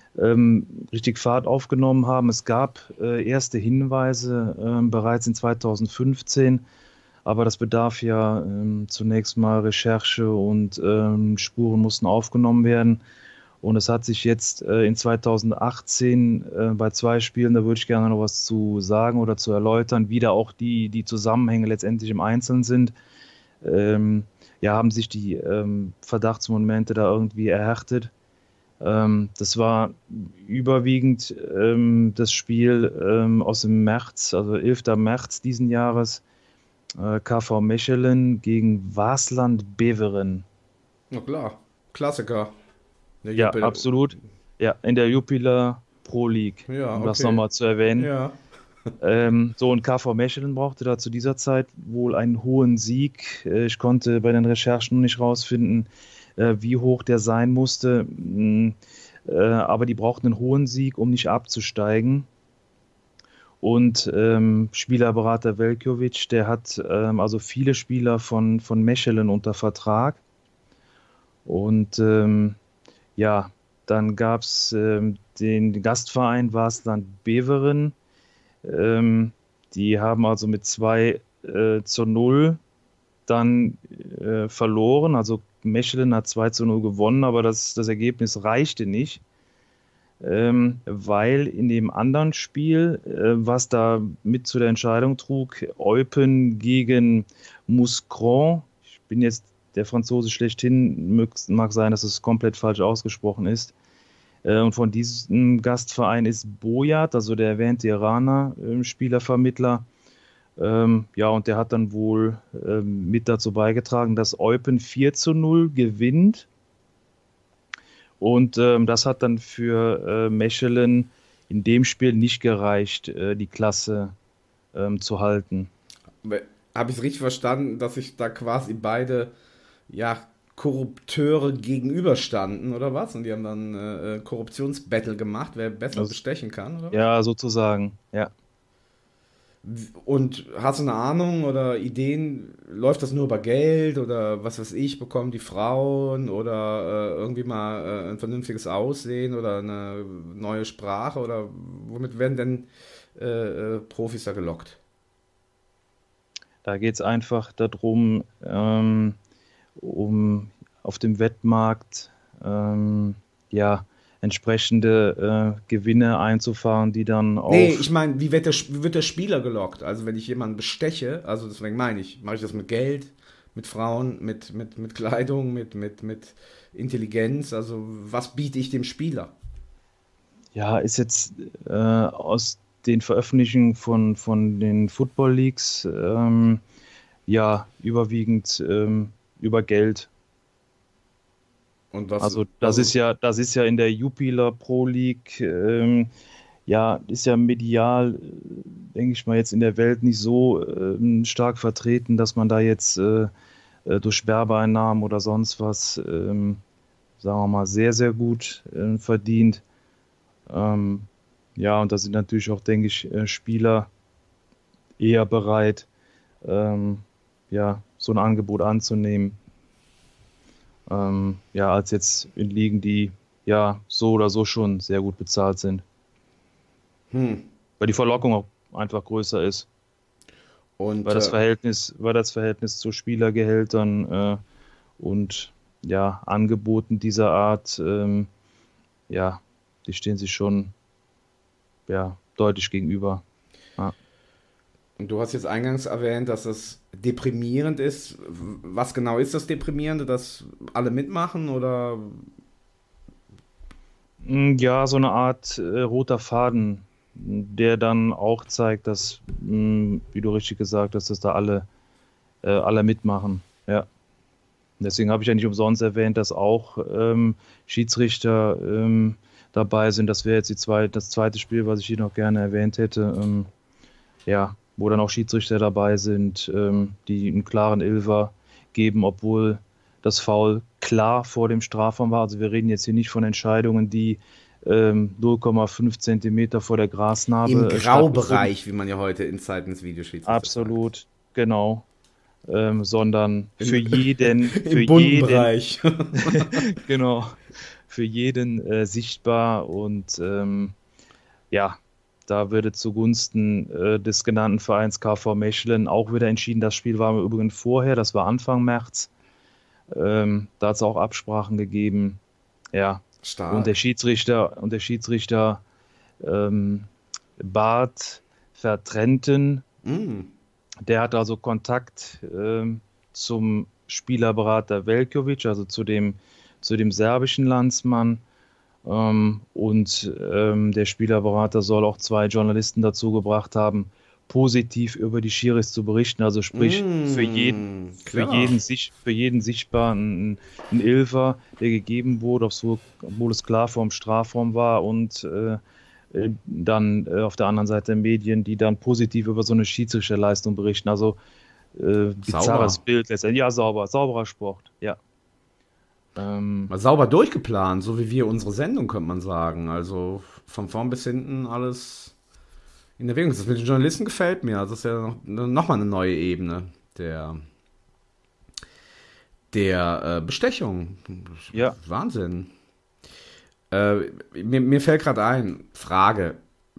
Speaker 4: ähm, richtig Fahrt aufgenommen haben. Es gab äh, erste Hinweise äh, bereits in zweitausendfünfzehn, aber das bedarf ja ähm, zunächst mal Recherche und ähm, Spuren mussten aufgenommen werden. Und es hat sich jetzt äh, in zweitausendachtzehn äh, bei zwei Spielen, da würde ich gerne noch was zu sagen oder zu erläutern, wie da auch die, die Zusammenhänge letztendlich im Einzelnen sind. Ähm, ja, haben sich die ähm, Verdachtsmomente da irgendwie erhärtet. Ähm, das war überwiegend ähm, das Spiel ähm, aus dem März, also elften März diesen Jahres, äh, K V Mechelen gegen Waasland Beveren.
Speaker 3: Na klar, Klassiker. Der
Speaker 4: Ja,
Speaker 3: Jupiler-
Speaker 4: absolut. Ja, in der Jupiler Pro League,
Speaker 3: Ja,
Speaker 4: um das
Speaker 3: okay.
Speaker 4: nochmal zu erwähnen.
Speaker 3: Ja.
Speaker 4: Ähm, so, und K V Mechelen brauchte da zu dieser Zeit wohl einen hohen Sieg. Äh, ich konnte bei den Recherchen nicht rausfinden, äh, wie hoch der sein musste. Mm, äh, aber die brauchten einen hohen Sieg, um nicht abzusteigen. Und ähm, Spielerberater Veljkovic, der hat ähm, also viele Spieler von, von Mechelen unter Vertrag. Und ähm, ja, dann gab es ähm, den Gastverein Waasland Beveren. Ähm, die haben also mit zwei äh, zu null dann äh, verloren. Also Mechelen hat zwei zu null gewonnen, aber das, das Ergebnis reichte nicht, ähm, weil in dem anderen Spiel, äh, was da mit zu der Entscheidung trug, Eupen gegen Mouscron, ich bin jetzt der Franzose schlechthin, mag, mag sein, dass es komplett falsch ausgesprochen ist. Und von diesem Gastverein ist Boyat, also der erwähnte Iraner, äh, Spielervermittler. Ähm, ja, und der hat dann wohl ähm, mit dazu beigetragen, dass Eupen vier zu null gewinnt. Und ähm, das hat dann für äh, Mechelen in dem Spiel nicht gereicht, äh, die Klasse ähm, zu halten.
Speaker 3: Habe ich es richtig verstanden, dass sich da quasi beide ja, Korrupteure gegenüberstanden, oder was? Und die haben dann äh, Korruptionsbattle gemacht, wer besser
Speaker 4: Also,
Speaker 3: bestechen kann, oder was?
Speaker 4: Ja, sozusagen, ja.
Speaker 3: Und hast du eine Ahnung oder Ideen, läuft das nur über Geld oder was weiß ich, bekommen die Frauen oder äh, irgendwie mal äh, ein vernünftiges Aussehen oder eine neue Sprache oder womit werden denn äh, äh, Profis da gelockt?
Speaker 4: Da geht es einfach darum, ähm, um auf dem Wettmarkt ähm, ja, entsprechende äh, Gewinne einzufahren, die dann auf...
Speaker 3: Nee, ich meine, wie wird, der, wie wird der Spieler gelockt? Also wenn ich jemanden besteche, also deswegen meine ich, mache ich das mit Geld, mit Frauen, mit, mit, mit Kleidung, mit, mit, mit Intelligenz, also was biete ich dem Spieler?
Speaker 4: Ja, ist jetzt äh, aus den Veröffentlichungen von, von den Football Leagues ähm, ja überwiegend ähm, über Geld.
Speaker 3: Und was,
Speaker 4: Also das
Speaker 3: also,
Speaker 4: ist ja, das ist ja in der Jupiler Pro League, ähm, ja, ist ja medial, äh, denke ich mal, jetzt in der Welt nicht so ähm, stark vertreten, dass man da jetzt äh, äh, durch Werbeeinnahmen oder sonst was, ähm, sagen wir mal, sehr, sehr gut äh, verdient. Ähm, ja, und da sind natürlich auch, denke ich, äh, Spieler eher bereit, ähm, ja, so ein Angebot anzunehmen. Ähm, ja, als jetzt in Ligen, die ja so oder so schon sehr gut bezahlt sind.
Speaker 3: hm.
Speaker 4: Weil die Verlockung auch einfach größer ist.
Speaker 3: Und
Speaker 4: Weil das
Speaker 3: äh,
Speaker 4: Verhältnis, weil das Verhältnis zu Spielergehältern äh, und ja, Angeboten dieser Art, ähm, ja, die stehen sich schon ja, deutlich gegenüber. Ja.
Speaker 3: Und du hast jetzt eingangs erwähnt, dass das deprimierend ist. Was genau ist das Deprimierende? Dass alle mitmachen oder?
Speaker 4: Ja, so eine Art äh, roter Faden, der dann auch zeigt, dass, mh, wie du richtig gesagt hast, dass da alle, äh, alle mitmachen. Ja. Deswegen habe ich ja nicht umsonst erwähnt, dass auch ähm, Schiedsrichter ähm, dabei sind. Das wäre jetzt die zweite, das zweite Spiel, was ich hier noch gerne erwähnt hätte. Ähm, ja, wo dann auch Schiedsrichter dabei sind, ähm, die einen klaren Elfer geben, obwohl das Foul klar vor dem Strafraum war. Also wir reden jetzt hier nicht von Entscheidungen, die ähm, null Komma fünf Zentimeter vor der Grasnarbe
Speaker 3: Im
Speaker 4: äh,
Speaker 3: Graubereich, wie man ja heute in Zeiten des Videoschiedsrichters
Speaker 4: Absolut, sagt. Genau. Ähm, sondern für jeden, für
Speaker 3: Im bunten
Speaker 4: jeden,
Speaker 3: Bereich.
Speaker 4: genau, für jeden äh, sichtbar und ähm, ja, da wird zugunsten äh, des genannten Vereins K V Mechelen auch wieder entschieden. Das Spiel war im Übrigen vorher, das war Anfang März. Ähm, da hat es auch Absprachen gegeben. Ja,
Speaker 3: Stark.
Speaker 4: und der Schiedsrichter und der Schiedsrichter ähm, Bart Vertrenten,
Speaker 3: Mm.
Speaker 4: der hat also Kontakt ähm, zum Spielerberater Veljković, also zu dem, zu dem serbischen Landsmann. Ähm, und ähm, der Spielerberater soll auch zwei Journalisten dazu gebracht haben, positiv über die Schiris zu berichten. Also sprich,
Speaker 3: Mm.
Speaker 4: für jeden, für
Speaker 3: Klar.
Speaker 4: jeden, sich- für jeden sichtbar ein, ein Ilfer, der gegeben wurde, obwohl obwohl es klar vorm Strafraum war und äh, äh, dann äh, auf der anderen Seite Medien, die dann positiv über so eine Schiedsrichterleistung berichten. Also äh, bizarres
Speaker 3: Sauber.
Speaker 4: Bild letztendlich. Ja, sauber, sauberer Sport, ja. Ähm,
Speaker 3: Mal sauber durchgeplant, so wie wir unsere Sendung, könnte man sagen. Also von vorn bis hinten alles in Erwägung. Das mit den Journalisten gefällt mir. Also das ist ja noch, noch mal eine neue Ebene der, der äh, Bestechung.
Speaker 4: Ja.
Speaker 3: Wahnsinn. Äh, mir, mir fällt gerade ein, Frage.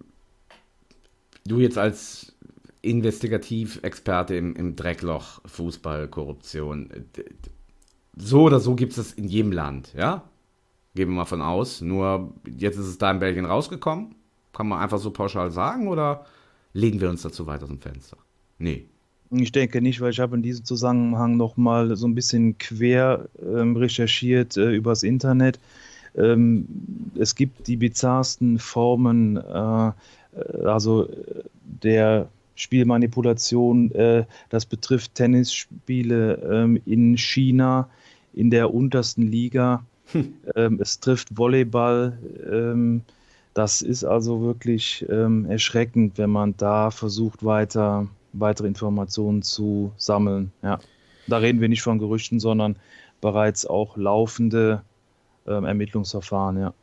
Speaker 3: Du jetzt als Investigativexperte im, im Dreckloch Fußball, Korruption. d- d- So oder so gibt es das in jedem Land, ja? Gehen wir mal von aus. Nur jetzt ist es da in Belgien rausgekommen. Kann man einfach so pauschal sagen oder lehnen wir uns dazu weit aus dem Fenster? Nee.
Speaker 4: Ich denke nicht, weil ich habe in diesem Zusammenhang noch mal so ein bisschen quer ähm, recherchiert äh, übers Internet. Ähm, es gibt die bizarrsten Formen, äh, also äh, der Spielmanipulation. Äh, das betrifft Tennisspiele ähm, in China in der untersten Liga. Ähm, es trifft Volleyball. Ähm, das ist also wirklich ähm, erschreckend, wenn man da versucht, weiter weitere Informationen zu sammeln. Ja. Da reden wir nicht von Gerüchten, sondern bereits auch laufende ähm, Ermittlungsverfahren. Ja.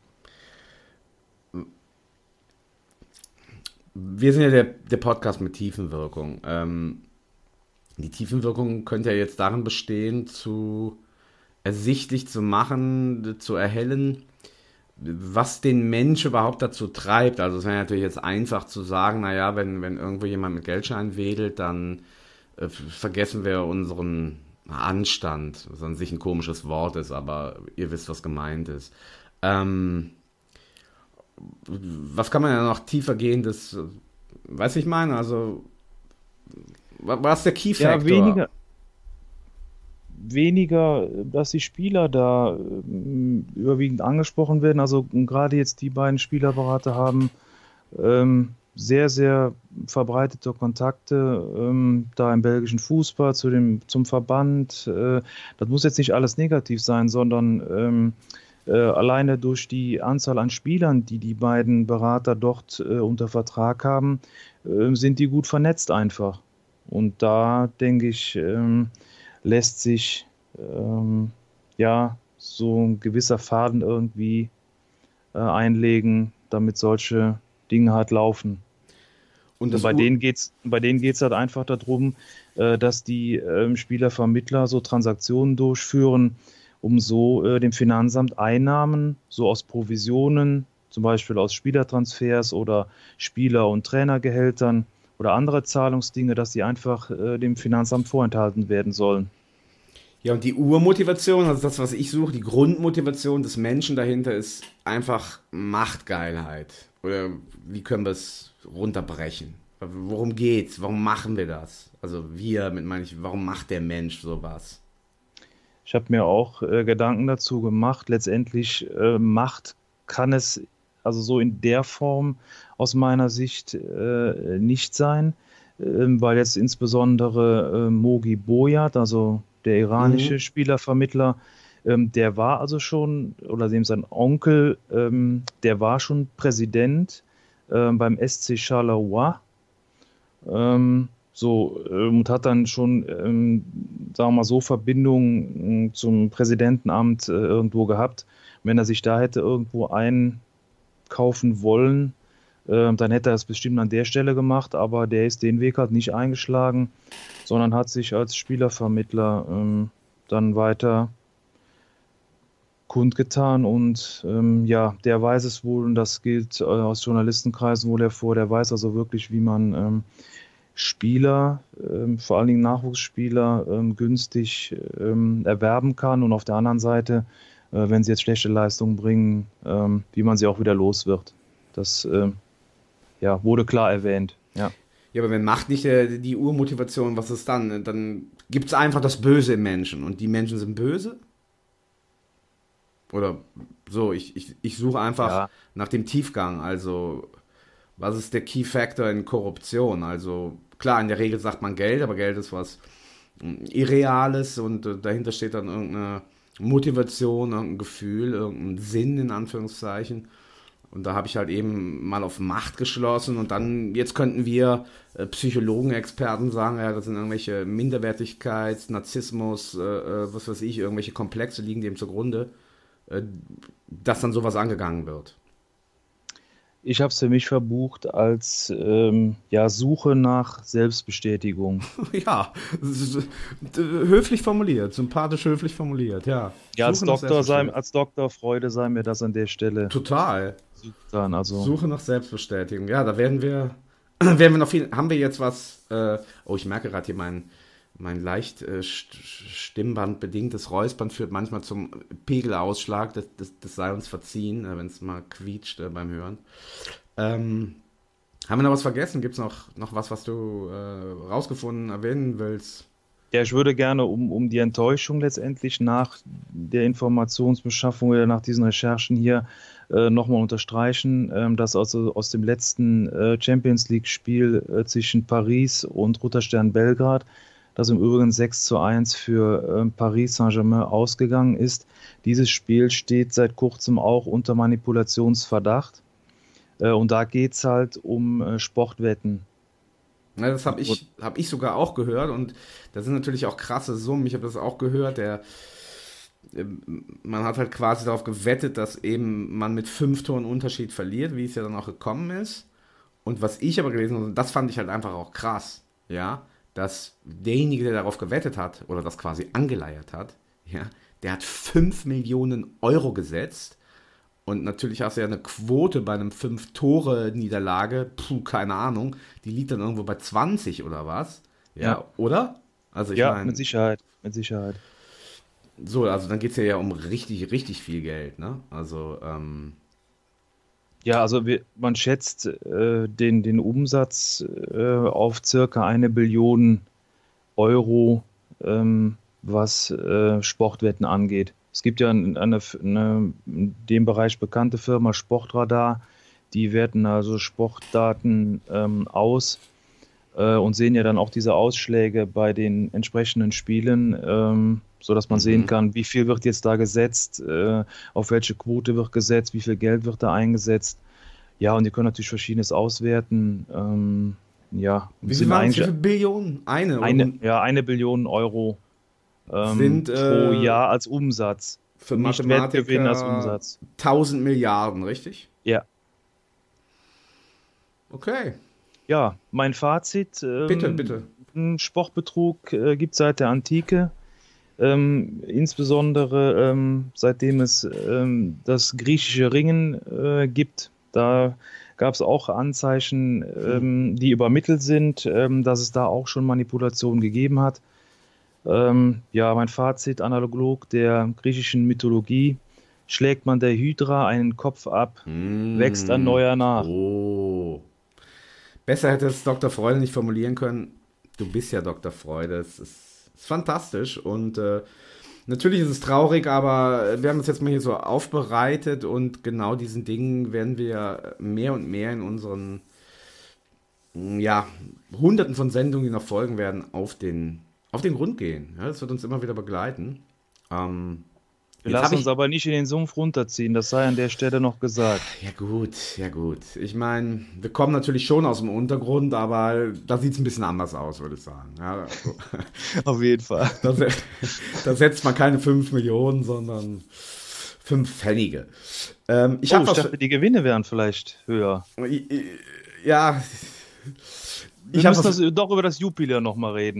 Speaker 3: Wir sind ja der, der Podcast mit Tiefenwirkung. Ähm, die Tiefenwirkung könnte ja jetzt darin bestehen, zu ersichtlich zu machen, zu erhellen, was den Mensch überhaupt dazu treibt. Also es wäre natürlich jetzt einfach zu sagen, naja, wenn, wenn irgendwo jemand mit Geldschein wedelt, dann äh, vergessen wir unseren Anstand, was an sich ein komisches Wort ist, aber ihr wisst, was gemeint ist. Ähm, was kann man ja noch tiefer gehen, das, weiß ich meine, also wa- was ist der Key
Speaker 4: Ja,
Speaker 3: Factor?
Speaker 4: weniger, weniger, dass die Spieler da ähm, überwiegend angesprochen werden. Also gerade jetzt die beiden Spielerberater haben ähm, sehr, sehr verbreitete Kontakte ähm, da im belgischen Fußball zu dem, zum Verband. Äh, das muss jetzt nicht alles negativ sein, sondern ähm, äh, alleine durch die Anzahl an Spielern, die die beiden Berater dort äh, unter Vertrag haben, äh, sind die gut vernetzt einfach. Und da denke ich, ähm, lässt sich ähm, ja so ein gewisser Faden irgendwie äh, einlegen, damit solche Dinge halt laufen.
Speaker 3: Und
Speaker 4: Und
Speaker 3: das
Speaker 4: bei
Speaker 3: Ur-
Speaker 4: denen geht's, bei denen geht's halt einfach darum, äh, dass die ähm, Spielervermittler so Transaktionen durchführen, um so äh, dem Finanzamt Einnahmen, so aus Provisionen, zum Beispiel aus Spielertransfers oder Spieler- und Trainergehältern oder andere Zahlungsdinge, dass die einfach äh, dem Finanzamt vorenthalten werden sollen.
Speaker 3: Ja, und die Urmotivation, also das, was ich suche, die Grundmotivation des Menschen dahinter ist einfach Machtgeilheit. Oder wie können wir es runterbrechen? Worum geht's? Warum machen wir das? Also wir, mit meine ich, warum macht der Mensch sowas?
Speaker 4: Ich habe mir auch äh, Gedanken dazu gemacht. Letztendlich äh, Macht kann es also so in der Form aus meiner Sicht äh, nicht sein, ähm, weil jetzt insbesondere äh, Mogi Boyat, also der iranische
Speaker 3: Mhm.
Speaker 4: Spielervermittler, ähm, der war also schon, oder dem sein Onkel, ähm, der war schon Präsident ähm, beim S C Charleroi. Ähm, so, ähm, und hat dann schon, ähm, sagen wir mal so, Verbindungen ähm, zum Präsidentenamt äh, irgendwo gehabt. Wenn er sich da hätte irgendwo einkaufen wollen, äh, dann hätte er es bestimmt an der Stelle gemacht, aber der ist den Weg halt nicht eingeschlagen, sondern hat sich als Spielervermittler ähm, dann weiter kundgetan und ähm, ja, der weiß es wohl und das gilt äh, aus Journalistenkreisen wohl hervor, der weiß also wirklich, wie man ähm, Spieler, ähm, vor allen Dingen Nachwuchsspieler, ähm, günstig ähm, erwerben kann und auf der anderen Seite, äh, wenn sie jetzt schlechte Leistungen bringen, ähm, wie man sie auch wieder los wird. Das ähm, ja, wurde klar erwähnt, ja.
Speaker 3: Ja, aber wenn Macht nicht äh, die Urmotivation, was ist dann? Dann gibt es einfach das Böse im Menschen und die Menschen sind böse? Oder so, ich, ich, ich suche einfach
Speaker 4: Ja.
Speaker 3: nach dem Tiefgang, also was ist der Key Factor in Korruption? Also klar, in der Regel sagt man Geld, aber Geld ist was mm, Irreales und äh, dahinter steht dann irgendeine Motivation, irgendein Gefühl, irgendein Sinn in Anführungszeichen. Und da habe ich halt eben mal auf Macht geschlossen und dann, jetzt könnten wir äh, Psychologen, Experten sagen, ja, das sind irgendwelche Minderwertigkeits, Narzissmus, äh, äh, was weiß ich, irgendwelche Komplexe liegen dem zugrunde, äh, dass dann sowas angegangen wird.
Speaker 4: Ich habe es für mich verbucht als ähm, ja, Suche nach Selbstbestätigung.
Speaker 3: Ja, das ist, äh, höflich formuliert, sympathisch höflich formuliert, ja.
Speaker 4: Ja, als
Speaker 3: Suche nach
Speaker 4: Doktor, sei,
Speaker 3: Selbstbestätigung.
Speaker 4: als Doktor Freude sei mir das an der Stelle
Speaker 3: Total.
Speaker 4: zugetan. Also,
Speaker 3: Suche nach Selbstbestätigung. Ja, da werden wir, werden wir noch viel. Haben wir jetzt was? Äh, oh, ich merke gerade hier, mein, mein leicht äh, st- stimmbandbedingtes Räuspern führt manchmal zum Pegelausschlag. Das, das, das sei uns verziehen, äh, wenn es mal quietscht äh, beim Hören. Ähm, haben wir noch was vergessen? Gibt es noch, noch was, was du äh, rausgefunden, erwähnen willst?
Speaker 4: ja, ich würde gerne, um, um die Enttäuschung letztendlich nach der Informationsbeschaffung oder nach diesen Recherchen hier äh, nochmal unterstreichen, ähm, dass also aus dem letzten äh, Champions League-Spiel äh, zwischen Paris und Roter Stern Belgrad, das im Übrigen sechs zu eins für äh, Paris Saint-Germain ausgegangen ist. Dieses Spiel steht seit kurzem auch unter Manipulationsverdacht. Äh, und da geht es halt um äh, Sportwetten.
Speaker 3: Ja, das habe ich, hab ich sogar auch gehört und das sind natürlich auch krasse Summen. Ich habe das auch gehört. Der, man hat halt quasi darauf gewettet, dass eben man mit fünf Toren Unterschied verliert, wie es ja dann auch gekommen ist. Und was ich aber gelesen habe, und das fand ich halt einfach auch krass, ja, dass derjenige, der darauf gewettet hat oder das quasi angeleiert hat, ja, der hat fünf Millionen Euro gesetzt. Und natürlich hast du ja eine Quote bei einem fünf Tore Niederlage, puh, keine Ahnung, die liegt dann irgendwo bei zwanzig oder was? Ja,
Speaker 4: Ja.
Speaker 3: oder? Also ich
Speaker 4: Ja,
Speaker 3: meine,
Speaker 4: mit Sicherheit, mit Sicherheit.
Speaker 3: so, also dann geht es ja, ja um richtig, richtig viel Geld, ne? Also, ähm,
Speaker 4: Ja, also wir, man schätzt äh, den, den Umsatz äh, auf circa eine Billion Euro, ähm, was äh, Sportwetten angeht. Es gibt ja eine, eine, eine in dem Bereich bekannte Firma Sportradar, die werten also Sportdaten ähm, aus äh, und sehen ja dann auch diese Ausschläge bei den entsprechenden Spielen, ähm, sodass man
Speaker 3: Mhm.
Speaker 4: sehen kann, wie viel wird jetzt da gesetzt, äh, auf welche Quote wird gesetzt, wie viel Geld wird da eingesetzt. Ja, und die können natürlich Verschiedenes auswerten. Ähm, ja,
Speaker 3: wie
Speaker 4: sind
Speaker 3: viel waren es? Wie
Speaker 4: eigentlich
Speaker 3: viele Billionen? Eine, oder?
Speaker 4: eine, ja, eine Billion Euro ähm,
Speaker 3: Sind,
Speaker 4: pro
Speaker 3: äh,
Speaker 4: Jahr als Umsatz.
Speaker 3: Für
Speaker 4: Nicht Wettgewinn als
Speaker 3: Mathematiker
Speaker 4: Umsatz.
Speaker 3: tausend Milliarden, richtig?
Speaker 4: Ja.
Speaker 3: Okay,
Speaker 4: Ja, mein Fazit. Ähm,
Speaker 3: bitte, bitte.
Speaker 4: Sportbetrug äh, gibt es seit der Antike. Ähm, insbesondere ähm, seitdem es ähm, das griechische Ringen äh, gibt. Da gab es auch Anzeichen, ähm, die übermittelt sind, ähm, dass es da auch schon Manipulationen gegeben hat. Ähm, ja, mein Fazit, analog der griechischen Mythologie, schlägt man der Hydra einen Kopf ab, wächst ein neuer nach.
Speaker 3: Oh. Besser hätte es Doktor Freude nicht formulieren können. Du bist ja Doktor Freude. Es ist, ist fantastisch. Und äh, natürlich ist es traurig, aber wir haben das jetzt mal hier so aufbereitet und genau diesen Dingen werden wir mehr und mehr in unseren ja, hunderten von Sendungen, die noch folgen werden, auf den, auf den Grund gehen. Ja, das wird uns immer wieder begleiten. Ähm,
Speaker 4: Wir
Speaker 3: jetzt hab
Speaker 4: lassen
Speaker 3: ich-
Speaker 4: uns aber nicht in den Sumpf runterziehen, das sei an der Stelle noch gesagt.
Speaker 3: Ja gut, ja gut. Ich meine, wir kommen natürlich schon aus dem Untergrund, aber da sieht es ein bisschen anders aus, würde ich sagen. Ja, also,
Speaker 4: Auf jeden Fall.
Speaker 3: da, se- da setzt man keine fünf Millionen, sondern fünf Pfennige. Ähm, ich
Speaker 4: Oh,
Speaker 3: habe
Speaker 4: ich
Speaker 3: was...
Speaker 4: dachte, die Gewinne wären vielleicht höher.
Speaker 3: I- i- Ja,
Speaker 4: Wir
Speaker 3: ich habe
Speaker 4: müssen
Speaker 3: was...
Speaker 4: das, doch über das Jupiler nochmal reden.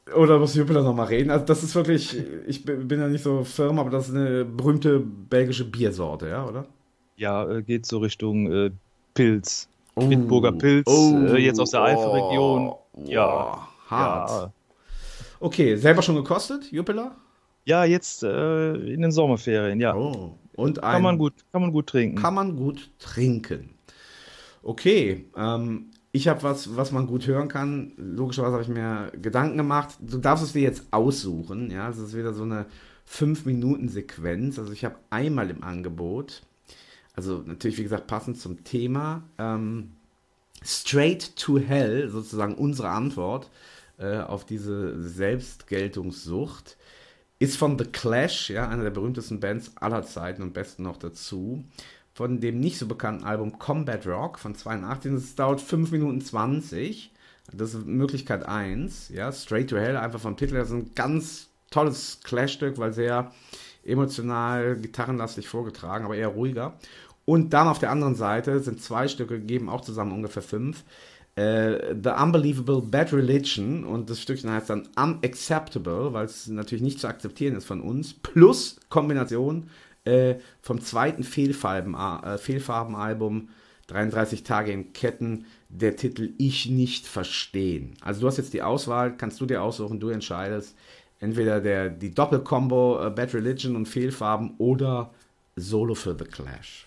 Speaker 3: Oder muss Jupiler nochmal reden? Also das ist wirklich, ich bin bin ja nicht so firm, aber das ist eine berühmte belgische Biersorte, ja, oder?
Speaker 4: Ja, äh, geht so Richtung äh, Pilz.
Speaker 3: Oh.
Speaker 4: Bitburger Pilz,
Speaker 3: Oh.
Speaker 4: äh, jetzt aus der Eifelregion.
Speaker 3: Oh.
Speaker 4: Ja.
Speaker 3: Hart.
Speaker 4: Ja.
Speaker 3: Okay, selber schon gekostet, Jupiler?
Speaker 4: Ja, jetzt äh, in den Sommerferien, ja.
Speaker 3: Oh. Und ein,
Speaker 4: Kann man gut, kann man gut trinken.
Speaker 3: Kann man gut trinken. Okay, ähm, ich habe was, was man gut hören kann. Logischerweise habe ich mir Gedanken gemacht. Du darfst es dir jetzt aussuchen. Ja, es ist wieder so eine fünf Minuten Sequenz. Also ich habe einmal im Angebot, also natürlich, wie gesagt, passend zum Thema, ähm, Straight to Hell, sozusagen unsere Antwort äh, auf diese Selbstgeltungssucht, ist von The Clash, ja, einer der berühmtesten Bands aller Zeiten und besten noch dazu, von dem nicht so bekannten Album Combat Rock von zweiundachtzig. Es dauert fünf Minuten zwanzig. Das ist Möglichkeit eins. Ja, Straight to Hell, einfach vom Titel. Das ist ein ganz tolles Clash-Stück, weil sehr emotional, gitarrenlastig vorgetragen, aber eher ruhiger. Und dann auf der anderen Seite sind zwei Stücke, geben auch zusammen ungefähr fünf. Äh, The Unbelievable Bad Religion, und das Stückchen heißt dann Unacceptable, weil es natürlich nicht zu akzeptieren ist von uns, plus Kombination äh, vom zweiten Fehlfarben, äh, Fehlfarbenalbum dreiunddreißig Tage in Ketten, der Titel Ich nicht verstehen. Also du hast jetzt die Auswahl, kannst du dir aussuchen, du entscheidest, entweder der, die Doppelkombo äh, Bad Religion und Fehlfarben oder Solo für The Clash.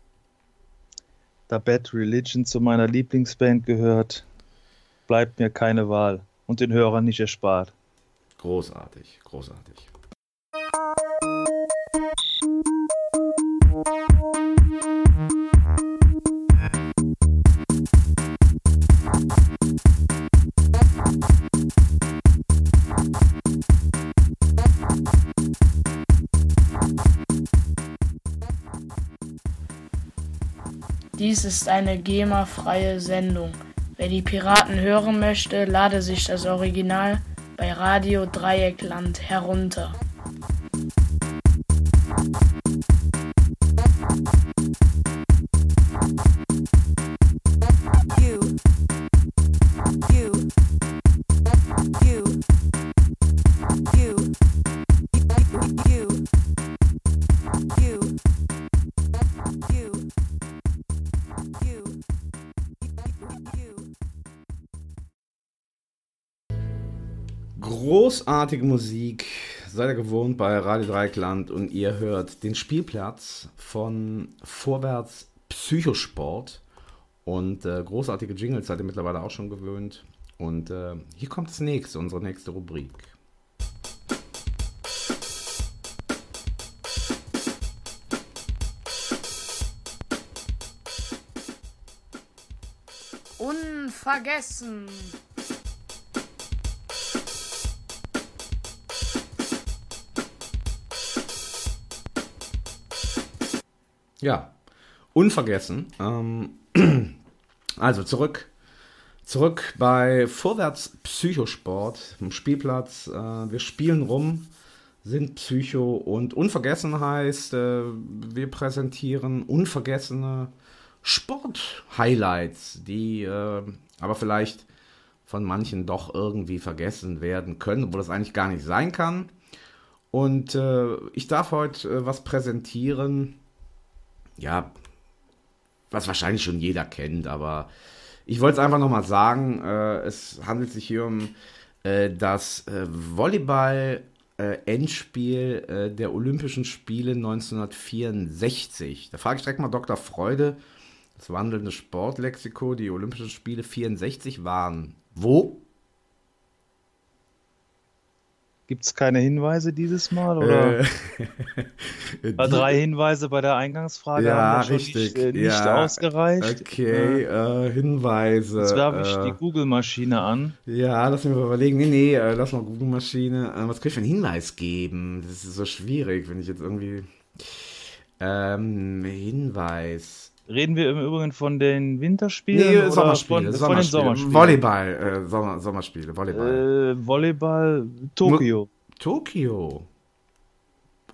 Speaker 4: Da Bad Religion zu meiner Lieblingsband gehört, bleibt mir keine Wahl und den Hörern nicht erspart.
Speaker 3: Großartig, großartig.
Speaker 5: Dies ist eine GEMA-freie Sendung. Wer die Piraten hören möchte, lade sich das Original bei Radio Dreieckland herunter.
Speaker 6: You, you, you, you, you, you, you.
Speaker 3: Großartige Musik, seid ihr gewohnt bei Radio Dreieckland, und ihr hört den Spielplatz von Vorwärts Psychosport, und äh, großartige Jingles seid ihr mittlerweile auch schon gewöhnt, und äh, hier kommt das nächste, unsere nächste Rubrik.
Speaker 5: Unvergessen.
Speaker 3: Ja, unvergessen. Ähm, also zurück, zurück bei Vorwärts Psychosport, im Spielplatz. Äh, wir spielen rum, sind Psycho, und unvergessen heißt, äh, wir präsentieren unvergessene Sport-Highlights, die äh, aber vielleicht von manchen doch irgendwie vergessen werden können, obwohl das eigentlich gar nicht sein kann. Und äh, ich darf heute äh, was präsentieren, ja, was wahrscheinlich schon jeder kennt, aber ich wollte es einfach nochmal sagen, äh, es handelt sich hier um äh, das äh, Volleyball-Endspiel äh, der Olympischen Spiele neunzehnhundertvierundsechzig. Da frage ich direkt mal Doktor Freude, das wandelnde Sportlexiko, die Olympischen Spiele vierundsechzig waren wo?
Speaker 4: Gibt es keine Hinweise dieses Mal? Oder?
Speaker 3: Äh,
Speaker 4: War drei Hinweise bei der Eingangsfrage
Speaker 3: ja,
Speaker 4: haben wir schon
Speaker 3: richtig.
Speaker 4: nicht, äh, nicht
Speaker 3: ja,
Speaker 4: ausgereicht.
Speaker 3: Okay, äh, Hinweise.
Speaker 4: Jetzt werfe ich
Speaker 3: äh,
Speaker 4: die Google-Maschine an.
Speaker 3: Ja, lass mich mal überlegen. Nee, nee, äh, lass mal Google-Maschine. Äh, was kann ich für einen Hinweis geben? Das ist so schwierig, wenn ich jetzt irgendwie... Ähm, Hinweis...
Speaker 4: Reden wir im Übrigen von den Winterspielen
Speaker 3: Nee,
Speaker 4: oder
Speaker 3: Sommerspiele,
Speaker 4: von,
Speaker 3: Sommerspiele.
Speaker 4: von den Sommerspielen?
Speaker 3: Volleyball, äh, Sommer, Sommerspiele, Volleyball.
Speaker 4: Äh, Volleyball Tokio.
Speaker 3: Tokio.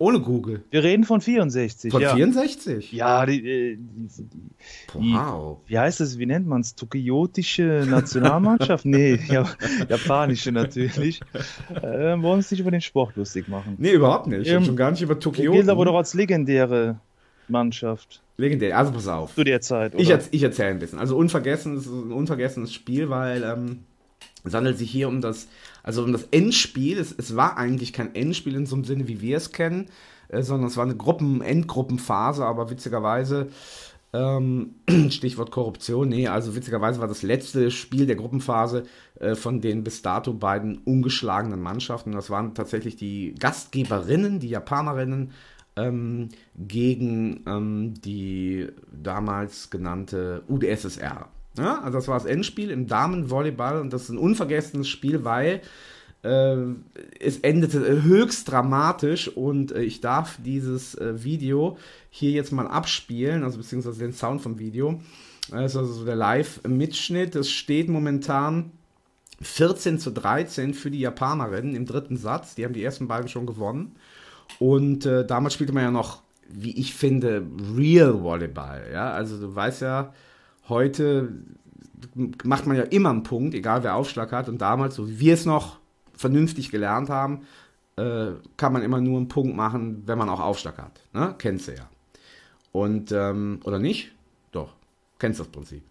Speaker 3: Ohne Google.
Speaker 4: Wir reden von vierundsechzig,
Speaker 3: Von
Speaker 4: ja.
Speaker 3: vierundsechzig?
Speaker 4: Ja, die, äh, die, die,
Speaker 3: Wow.
Speaker 4: wie heißt es, wie nennt man es? Tokiotische Nationalmannschaft? Nee, ja, japanische natürlich. Äh, wollen wir uns nicht über den Sport lustig machen.
Speaker 3: Nee, überhaupt nicht.
Speaker 4: Ähm,
Speaker 3: Und schon gar nicht über
Speaker 4: Der
Speaker 3: Tokio.
Speaker 4: gilt aber doch als legendäre Mannschaft
Speaker 3: Legendär. Also pass auf.
Speaker 4: zu der Zeit, oder?
Speaker 3: Ich, erz- ich erzähle ein bisschen. Also unvergessen, es ist ein unvergessenes Spiel, weil ähm, es handelt sich hier um das, also um das Endspiel. Es, es war eigentlich kein Endspiel in so einem Sinne, wie wir es kennen, äh, sondern es war eine Gruppen, Endgruppenphase, aber witzigerweise, ähm, Stichwort Korruption, nee, also witzigerweise war das letzte Spiel der Gruppenphase äh, von den bis dato beiden ungeschlagenen Mannschaften. Das waren tatsächlich die Gastgeberinnen, die Japanerinnen, ähm, gegen ähm, die damals genannte U d S S R. Ja, also das war das Endspiel im Damenvolleyball und das ist ein unvergessenes Spiel, weil äh, es endete höchst dramatisch und äh, ich darf dieses äh, Video hier jetzt mal abspielen, also beziehungsweise den Sound vom Video. Das ist also so der Live-Mitschnitt. Es steht momentan vierzehn zu dreizehn für die Japanerinnen im dritten Satz. Die haben die ersten beiden schon gewonnen. Und äh, damals spielte man ja noch, wie ich finde, Real Volleyball. Ja? Also du weißt ja, heute macht man ja immer einen Punkt, egal wer Aufschlag hat. Und damals, so wie wir es noch vernünftig gelernt haben, äh, kann man immer nur einen Punkt machen, wenn man auch Aufschlag hat. Ne? Kennst du ja. Und, ähm, oder nicht? Doch, kennst das Prinzip.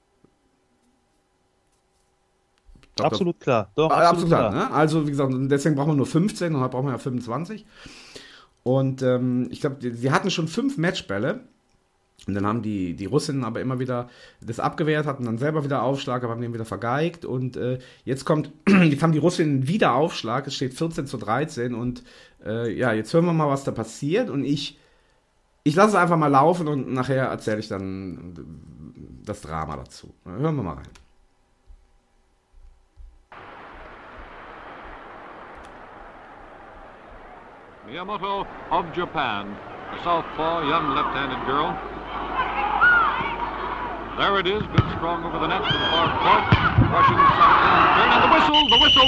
Speaker 3: Doch,
Speaker 4: Absolut klar. Doch,
Speaker 3: Ah,
Speaker 4: absolut,
Speaker 3: absolut klar. Ne? Also, wie gesagt, deswegen brauchen wir nur fünfzehn und heute brauchen wir ja fünfundzwanzig. Und ähm, ich glaube, sie hatten schon fünf Matchbälle. Und dann haben die, die Russinnen aber immer wieder das abgewehrt, hatten dann selber wieder Aufschlag, aber haben den wieder vergeigt. Und äh, jetzt kommt, jetzt haben die Russinnen wieder Aufschlag. Es steht vierzehn zu dreizehn. Und äh, ja, jetzt hören wir mal, was da passiert. Und ich, ich lasse es einfach mal laufen und nachher erzähle ich dann das Drama dazu. Hören wir mal rein.
Speaker 7: Miyamoto of Japan, a southpaw, young left-handed girl. There it is, good strong over the net to the far court. Russian side down turn, and the whistle, the whistle.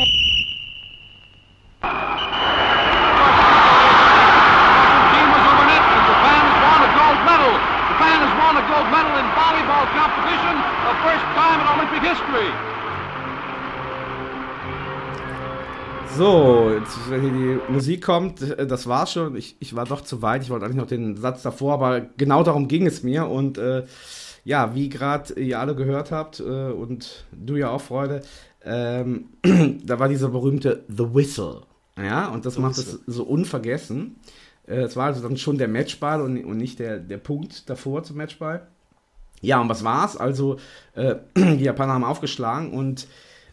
Speaker 7: Russian team was over net, and Japan has won a gold medal. Japan has won a gold medal in volleyball competition, the first time in Olympic history.
Speaker 3: So, jetzt, wenn hier die Musik kommt, das war's schon. Ich, ich war doch zu weit. Ich wollte eigentlich noch den Satz davor, aber genau darum ging es mir. Und äh, ja, wie gerade ihr alle gehört habt äh, und du ja auch, Freude, ähm, da war dieser berühmte The Whistle. Ja, und das
Speaker 4: The
Speaker 3: macht
Speaker 4: Whistle.
Speaker 3: es so unvergessen. Äh, Es war also dann schon der Matchball und, und nicht der, der Punkt davor zum Matchball. Ja, und was war's? Also, äh, die Japaner haben aufgeschlagen und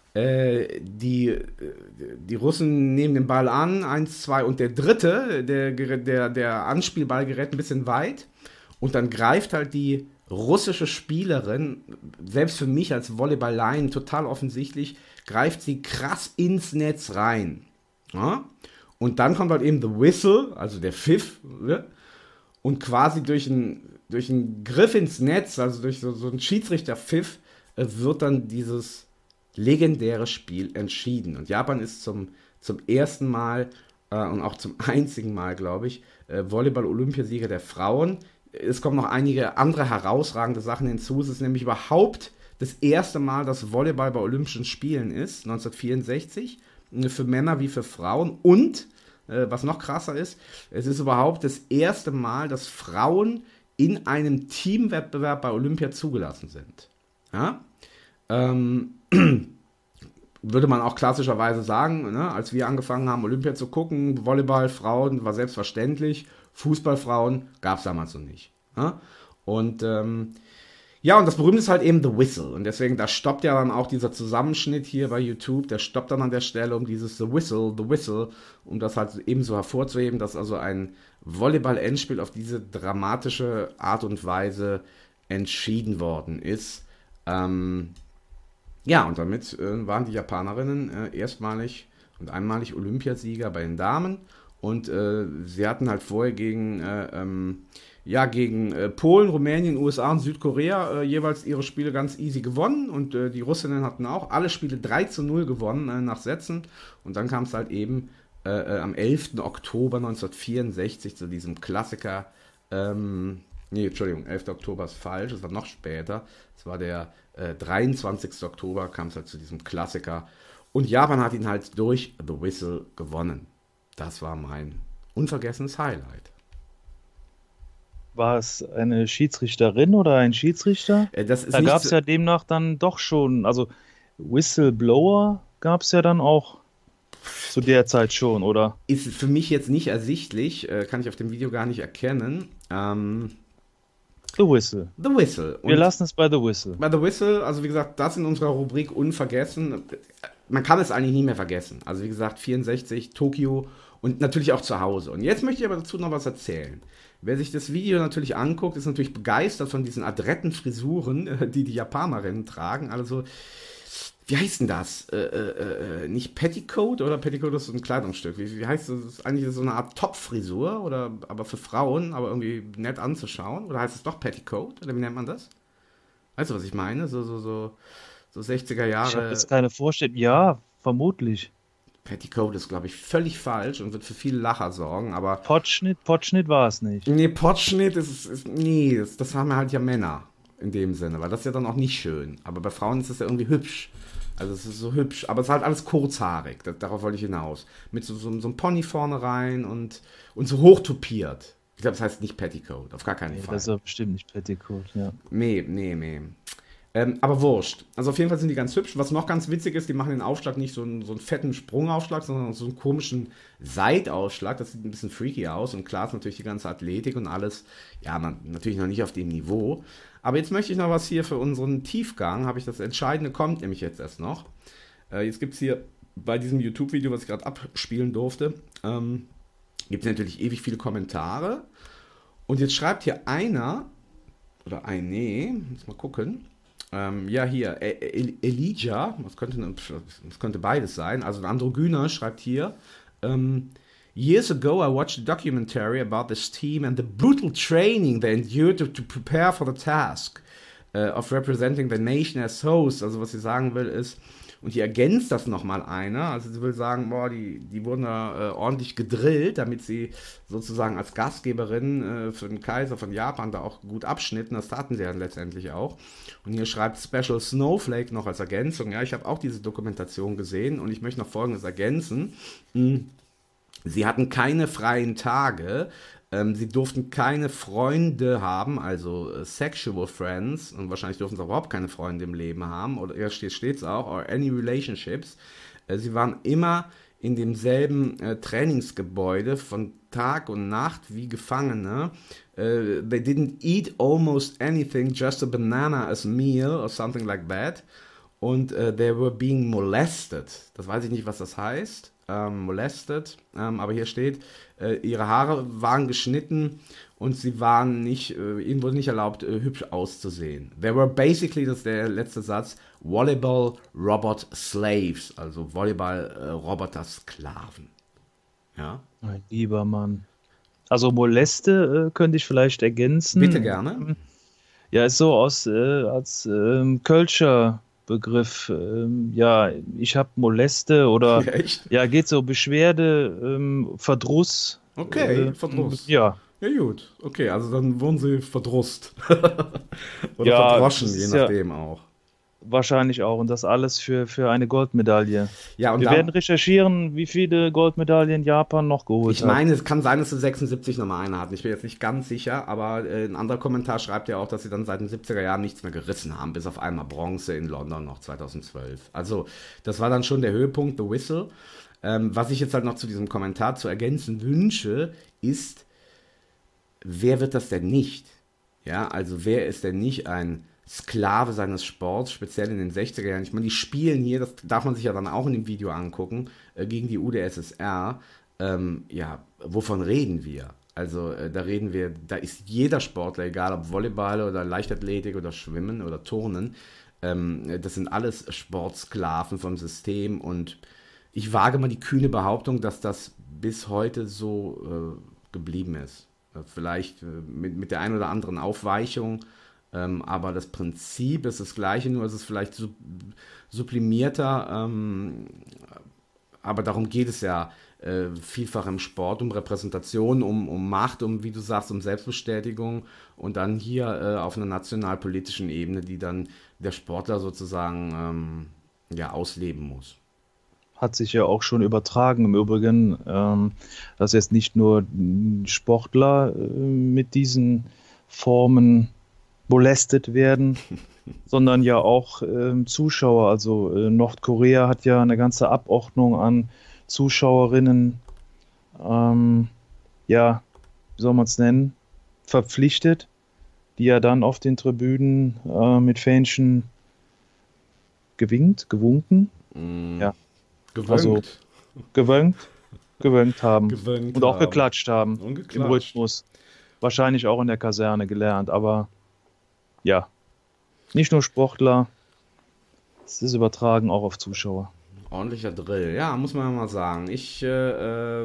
Speaker 3: Äh, die, äh, die Russen nehmen den Ball an, eins, zwei, und der dritte, der, gerät- der, der Anspielball gerät ein bisschen weit und dann greift halt die russische Spielerin, selbst für mich als Volleyball-Laien total offensichtlich, greift sie krass ins Netz rein. Ja? Und dann kommt halt eben the Whistle, also der Pfiff, ne? Und quasi durch einen durch einen Griff ins Netz, also durch so, so einen Schiedsrichter-Pfiff, äh, wird dann dieses legendäre Spiel entschieden. Und Japan ist zum, zum ersten Mal äh, und auch zum einzigen Mal, glaube ich, äh, Volleyball-Olympiasieger der Frauen. Es kommen noch einige andere herausragende Sachen hinzu. Es ist nämlich überhaupt das erste Mal, dass Volleyball bei Olympischen Spielen ist, neunzehnhundertvierundsechzig, äh, für Männer wie für Frauen. Und, äh, was noch krasser ist, es ist überhaupt das erste Mal, dass Frauen in einem Teamwettbewerb bei Olympia zugelassen sind. Ja? Ähm, würde man auch klassischerweise sagen, ne, als wir angefangen haben, Olympia zu gucken, Volleyball, Frauen war selbstverständlich, Fußballfrauen gab es damals noch nicht. Ne? Und ähm, ja, und das Berühmte ist halt eben The Whistle. Und deswegen, da stoppt ja dann auch dieser Zusammenschnitt hier bei YouTube, der stoppt dann an der Stelle, um dieses The Whistle, The Whistle, um das halt ebenso hervorzuheben, dass also ein Volleyball-Endspiel auf diese dramatische Art und Weise entschieden worden ist. Ähm, Ja, und damit äh, waren die Japanerinnen äh, erstmalig und einmalig Olympiasieger bei den Damen. Und äh, sie hatten halt vorher gegen, äh, ähm, ja, gegen äh, Polen, Rumänien, U S A und Südkorea äh, jeweils ihre Spiele ganz easy gewonnen. Und äh, die Russinnen hatten auch alle Spiele drei zu null gewonnen äh, nach Sätzen. Und dann kam es halt eben äh, äh, am elften Oktober neunzehnhundertvierundsechzig zu diesem Klassiker, ähm, nee, Entschuldigung, elfter Oktober ist falsch, es war noch später, es war der äh, dreiundzwanzigster Oktober, kam es halt zu diesem Klassiker und Japan hat ihn halt durch The Whistle gewonnen. Das war mein unvergessenes Highlight.
Speaker 4: War es eine Schiedsrichterin oder ein Schiedsrichter?
Speaker 3: Äh, das ist
Speaker 4: Da
Speaker 3: nicht
Speaker 4: gab es
Speaker 3: so-
Speaker 4: ja demnach dann doch schon, also Whistleblower gab es ja dann auch zu der Zeit schon, oder?
Speaker 3: Ist für mich jetzt nicht ersichtlich, äh, kann ich auf dem Video gar nicht erkennen. Ähm,
Speaker 4: The Whistle.
Speaker 3: The Whistle.
Speaker 4: Wir
Speaker 3: Und
Speaker 4: lassen es bei The Whistle.
Speaker 3: bei The Whistle, also wie gesagt, das in unserer Rubrik unvergessen. Man kann es eigentlich nie mehr vergessen. Also wie gesagt, vierundsechzig, Tokio und natürlich auch zu Hause. Und jetzt möchte ich aber dazu noch was erzählen. Wer sich das Video natürlich anguckt, ist natürlich begeistert von diesen adretten Frisuren, äh, die die Japanerinnen tragen. Also, wie heißt denn das? Äh, äh, äh, nicht Petticoat oder Petticoat ist so ein Kleidungsstück. Wie, wie heißt das? Das ist eigentlich so eine Art Topfrisur, oder, aber für Frauen, aber irgendwie nett anzuschauen. Oder heißt es doch Petticoat? Oder wie nennt man das? Weißt du, was ich meine? So, so, so, so sechziger
Speaker 4: Ich habe
Speaker 3: Jahre.
Speaker 4: jetzt keine Vorstellung. Ja, vermutlich.
Speaker 3: Petticoat ist, glaube ich, völlig falsch und wird für viele Lacher sorgen, aber
Speaker 4: Potschnitt, Potschnitt war es nicht.
Speaker 3: nee, Potschnitt ist, ist nee, das, das haben halt ja Männer in dem Sinne, weil das ist ja dann auch nicht schön. Aber bei Frauen ist es ja irgendwie hübsch. Also es ist so hübsch, aber es ist halt alles kurzhaarig, das, darauf wollte ich hinaus. Mit so, so, so einem Pony vorne rein und, und so hochtopiert. Ich glaube, das heißt nicht Petticoat, auf gar keinen
Speaker 4: Nee,
Speaker 3: Fall.
Speaker 4: das ist ja bestimmt nicht Petticoat, ja.
Speaker 3: Nee, nee, nee. Ähm, aber wurscht. Also auf jeden Fall sind die ganz hübsch. Was noch ganz witzig ist, die machen den Aufschlag nicht so einen, so einen fetten Sprungaufschlag, sondern so einen komischen Seitausschlag. Das sieht ein bisschen freaky aus. Und klar ist natürlich die ganze Athletik und alles, ja, man, natürlich noch nicht auf dem Niveau. Aber jetzt möchte ich noch was hier für unseren Tiefgang. Habe ich das Entscheidende kommt nämlich jetzt erst noch. Äh, jetzt gibt es hier bei diesem YouTube-Video, was ich gerade abspielen durfte, ähm, gibt es natürlich ewig viele Kommentare. Und jetzt schreibt hier einer, oder eine, muss mal gucken, ähm, ja, hier, E- E- Elijah, was könnte, das könnte beides sein, also ein Androgyner schreibt hier, ähm, Years ago I watched a documentary about this team and the brutal training they endured to, to prepare for the task uh, of representing the nation as host. Also was sie sagen will ist, und hier ergänzt das nochmal einer, also sie will sagen, boah, die, die wurden da äh, ordentlich gedrillt, damit sie sozusagen als Gastgeberin äh, für den Kaiser von Japan da auch gut abschnitten. Das taten sie ja letztendlich auch. Und hier schreibt Special Snowflake noch als Ergänzung, ja, ich habe auch diese Dokumentation gesehen und ich möchte noch Folgendes ergänzen. Hm. Sie hatten keine freien Tage, ähm, sie durften keine Freunde haben, also äh, Sexual Friends, und wahrscheinlich durften sie auch überhaupt keine Freunde im Leben haben, oder ja, steht es auch, or any relationships. Äh, sie waren immer in demselben äh, Trainingsgebäude von Tag und Nacht wie Gefangene. Äh, they didn't eat almost anything, just a banana as a meal or something like that. Und äh, they were being molested. Das weiß ich nicht, was das heißt. Ähm, molested, ähm, aber hier steht, äh, ihre Haare waren geschnitten und sie waren nicht, äh, ihnen wurde nicht erlaubt, äh, hübsch auszusehen. They were basically, das ist der letzte Satz, Volleyball Robot Slaves, also Volleyball-Roboter-Sklaven. Ja,
Speaker 4: Mein lieber Mann. Also Moleste äh, könnte ich vielleicht ergänzen.
Speaker 3: bitte gerne.
Speaker 4: Ja, ist so aus äh, als ähm, Kölscher Begriff. Ähm, ja, ich habe Moleste oder
Speaker 3: Ja, echt?
Speaker 4: ja, geht so Beschwerde, ähm, Verdruss.
Speaker 3: Okay,
Speaker 4: äh,
Speaker 3: Verdruss.
Speaker 4: Ja,
Speaker 3: Ja gut, okay, also dann wurden sie verdrusst. Oder
Speaker 4: Ja,
Speaker 3: verdroschen,
Speaker 4: das
Speaker 3: je
Speaker 4: ist ja-
Speaker 3: nachdem auch.
Speaker 4: wahrscheinlich auch. Und das alles für, für eine Goldmedaille.
Speaker 3: Ja, und
Speaker 4: Wir
Speaker 3: da,
Speaker 4: werden recherchieren, wie viele Goldmedaillen Japan noch geholt
Speaker 3: ich
Speaker 4: hat.
Speaker 3: meine, es kann sein, dass sie sechsundsiebzig nochmal eine hatten. Ich bin jetzt nicht ganz sicher, aber äh, ein anderer Kommentar schreibt ja auch, dass sie dann seit den siebziger Jahren nichts mehr gerissen haben, bis auf einmal Bronze in London noch zweitausendzwölf. Also, das war dann schon der Höhepunkt, The Whistle. Ähm, was ich jetzt halt noch zu diesem Kommentar zu ergänzen wünsche, ist, wer wird das denn nicht? Ja, also wer ist denn nicht ein Sklave seines Sports, speziell in den sechziger Jahren? Ich meine, die spielen hier, das darf man sich ja dann auch in dem Video angucken, äh, gegen die U d S S R. Ähm, ja, wovon reden wir? Also äh, da reden wir, da ist jeder Sportler, egal ob Volleyball oder Leichtathletik oder Schwimmen oder Turnen, ähm, das sind alles Sportsklaven vom System, und ich wage mal die kühne Behauptung, dass das bis heute so äh, geblieben ist. Äh, Vielleicht äh, mit, mit der einen oder anderen Aufweichung, ähm, aber das Prinzip ist das gleiche, nur ist es vielleicht sub, sublimierter, ähm, aber darum geht es ja äh, vielfach im Sport um Repräsentation, um, um Macht, um, wie du sagst, um Selbstbestätigung und dann hier äh, auf einer nationalpolitischen Ebene, die dann der Sportler sozusagen ähm, ja, ausleben muss.
Speaker 4: Hat sich ja auch schon übertragen im Übrigen, ähm, dass jetzt nicht nur Sportler äh, mit diesen Formen molestet werden, sondern ja auch äh, Zuschauer. Also äh, Nordkorea hat ja eine ganze Abordnung an Zuschauerinnen, ähm, ja, wie soll man es nennen, verpflichtet, die ja dann auf den Tribünen äh, mit Fähnchen gewinkt, gewunken,
Speaker 3: Mm.
Speaker 4: ja,
Speaker 3: Gewöhnt.
Speaker 4: also gewönkt, gewönkt haben
Speaker 3: Gewönkt
Speaker 4: und auch
Speaker 3: haben.
Speaker 4: geklatscht haben
Speaker 3: Und
Speaker 4: im
Speaker 3: geklatscht.
Speaker 4: Rhythmus. Wahrscheinlich auch in der Kaserne gelernt, aber ja, nicht nur Sportler, es ist übertragen auch auf Zuschauer.
Speaker 3: Ordentlicher Drill, ja, muss man mal sagen. Ich, äh, äh,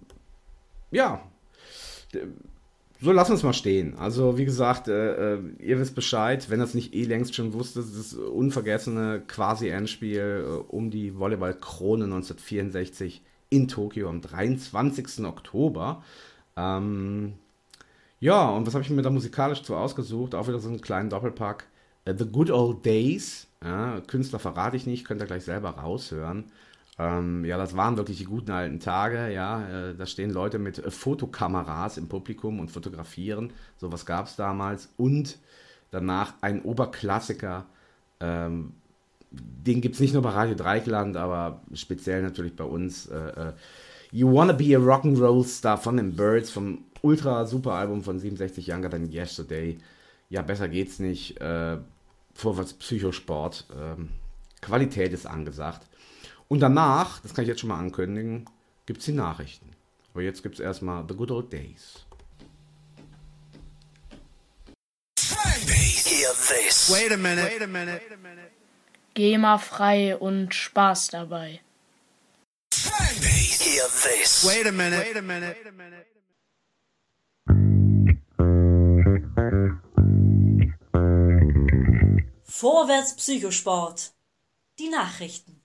Speaker 3: ja, d- so lassen wir es mal stehen. Also, wie gesagt, äh, äh, ihr wisst Bescheid, wenn ihr es nicht eh längst schon wusstet, das unvergessene Quasi-Endspiel äh, um die Volleyball-Krone neunzehnhundertvierundsechzig in Tokio am dreiundzwanzigsten Oktober. Ähm, ja, und was habe ich mir da musikalisch zu ausgesucht? Auch wieder so einen kleinen Doppelpack. Äh, The Good Old Days. Ja, Künstler verrate ich nicht, könnt ihr gleich selber raushören. Ähm, ja, das waren wirklich die guten alten Tage. Ja, äh, da stehen Leute mit äh, Fotokameras im Publikum und fotografieren. Sowas gab es damals. Und danach ein Oberklassiker. Ähm, den gibt es nicht nur bei Radio Dreieckland, aber speziell natürlich bei uns. Äh, äh, You Wanna Be a Rock'n'Roll Star von den Birds, vom Ultra-Super-Album von siebenundsechzig Younger Than Yesterday. Ja, besser geht's nicht. Äh, Vorwärts Psychosport. Ähm, Qualität ist angesagt. Und danach, das kann ich jetzt schon mal ankündigen, gibt es die Nachrichten. Aber jetzt gibt es erstmal The Good Old Days.
Speaker 8: Wait a minute. Wait a minute.
Speaker 5: GEMA-frei und Spaß dabei.
Speaker 8: Wait a minute. Wait a minute.
Speaker 2: Vorwärts Psychosport. Die Nachrichten.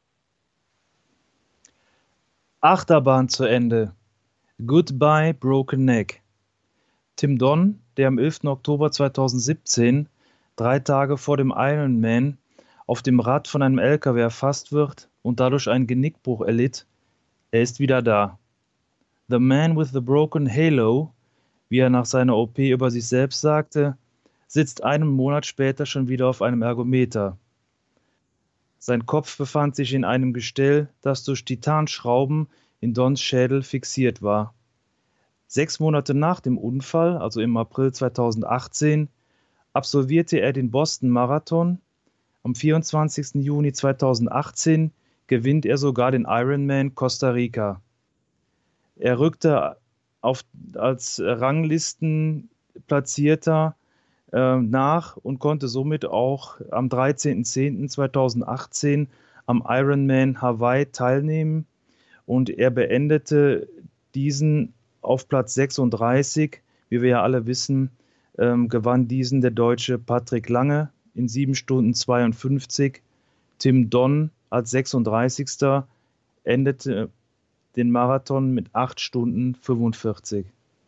Speaker 4: Achterbahn zu Ende. Goodbye Broken Neck. Tim Donn, der am elften Oktober zweitausendsiebzehn, drei Tage vor dem Ironman, auf dem Rad von einem L K W erfasst wird und dadurch einen Genickbruch erlitt, er ist wieder da. The Man with the Broken Halo, wie er nach seiner O P über sich selbst sagte, sitzt einen Monat später schon wieder auf einem Ergometer. Sein Kopf befand sich in einem Gestell, das durch Titanschrauben in Dons Schädel fixiert war. Sechs Monate nach dem Unfall, also im April zweitausendachtzehn, absolvierte er den Boston Marathon. Am vierundzwanzigsten Juni zweitausendachtzehn gewinnt er sogar den Ironman Costa Rica. Er rückte auf, als Ranglistenplatzierter äh, nach und konnte somit auch am dreizehnten zehnten zweitausendachtzehn am Ironman Hawaii teilnehmen und er beendete diesen auf Platz sechsunddreißig. Wie wir ja alle wissen, ähm, gewann diesen der Deutsche Patrick Lange in sieben Stunden zweiundfünfzig. Tim Donn als sechsunddreißigster endete den Marathon mit acht Stunden fünfundvierzig.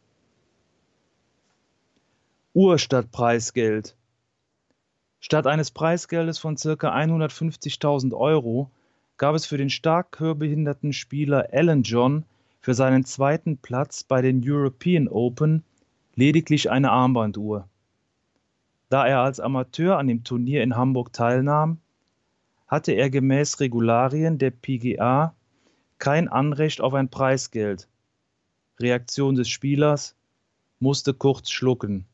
Speaker 4: Uhr statt Preisgeld. Statt eines Preisgeldes von ca. hundertfünfzigtausend Euro gab es für den stark hörbehinderten Spieler Alan John für seinen zweiten Platz bei den European Open lediglich eine Armbanduhr. Da er als Amateur an dem Turnier in Hamburg teilnahm, hatte er gemäß Regularien der P G A kein Anrecht auf ein Preisgeld. Reaktion des Spielers: musste kurz schlucken.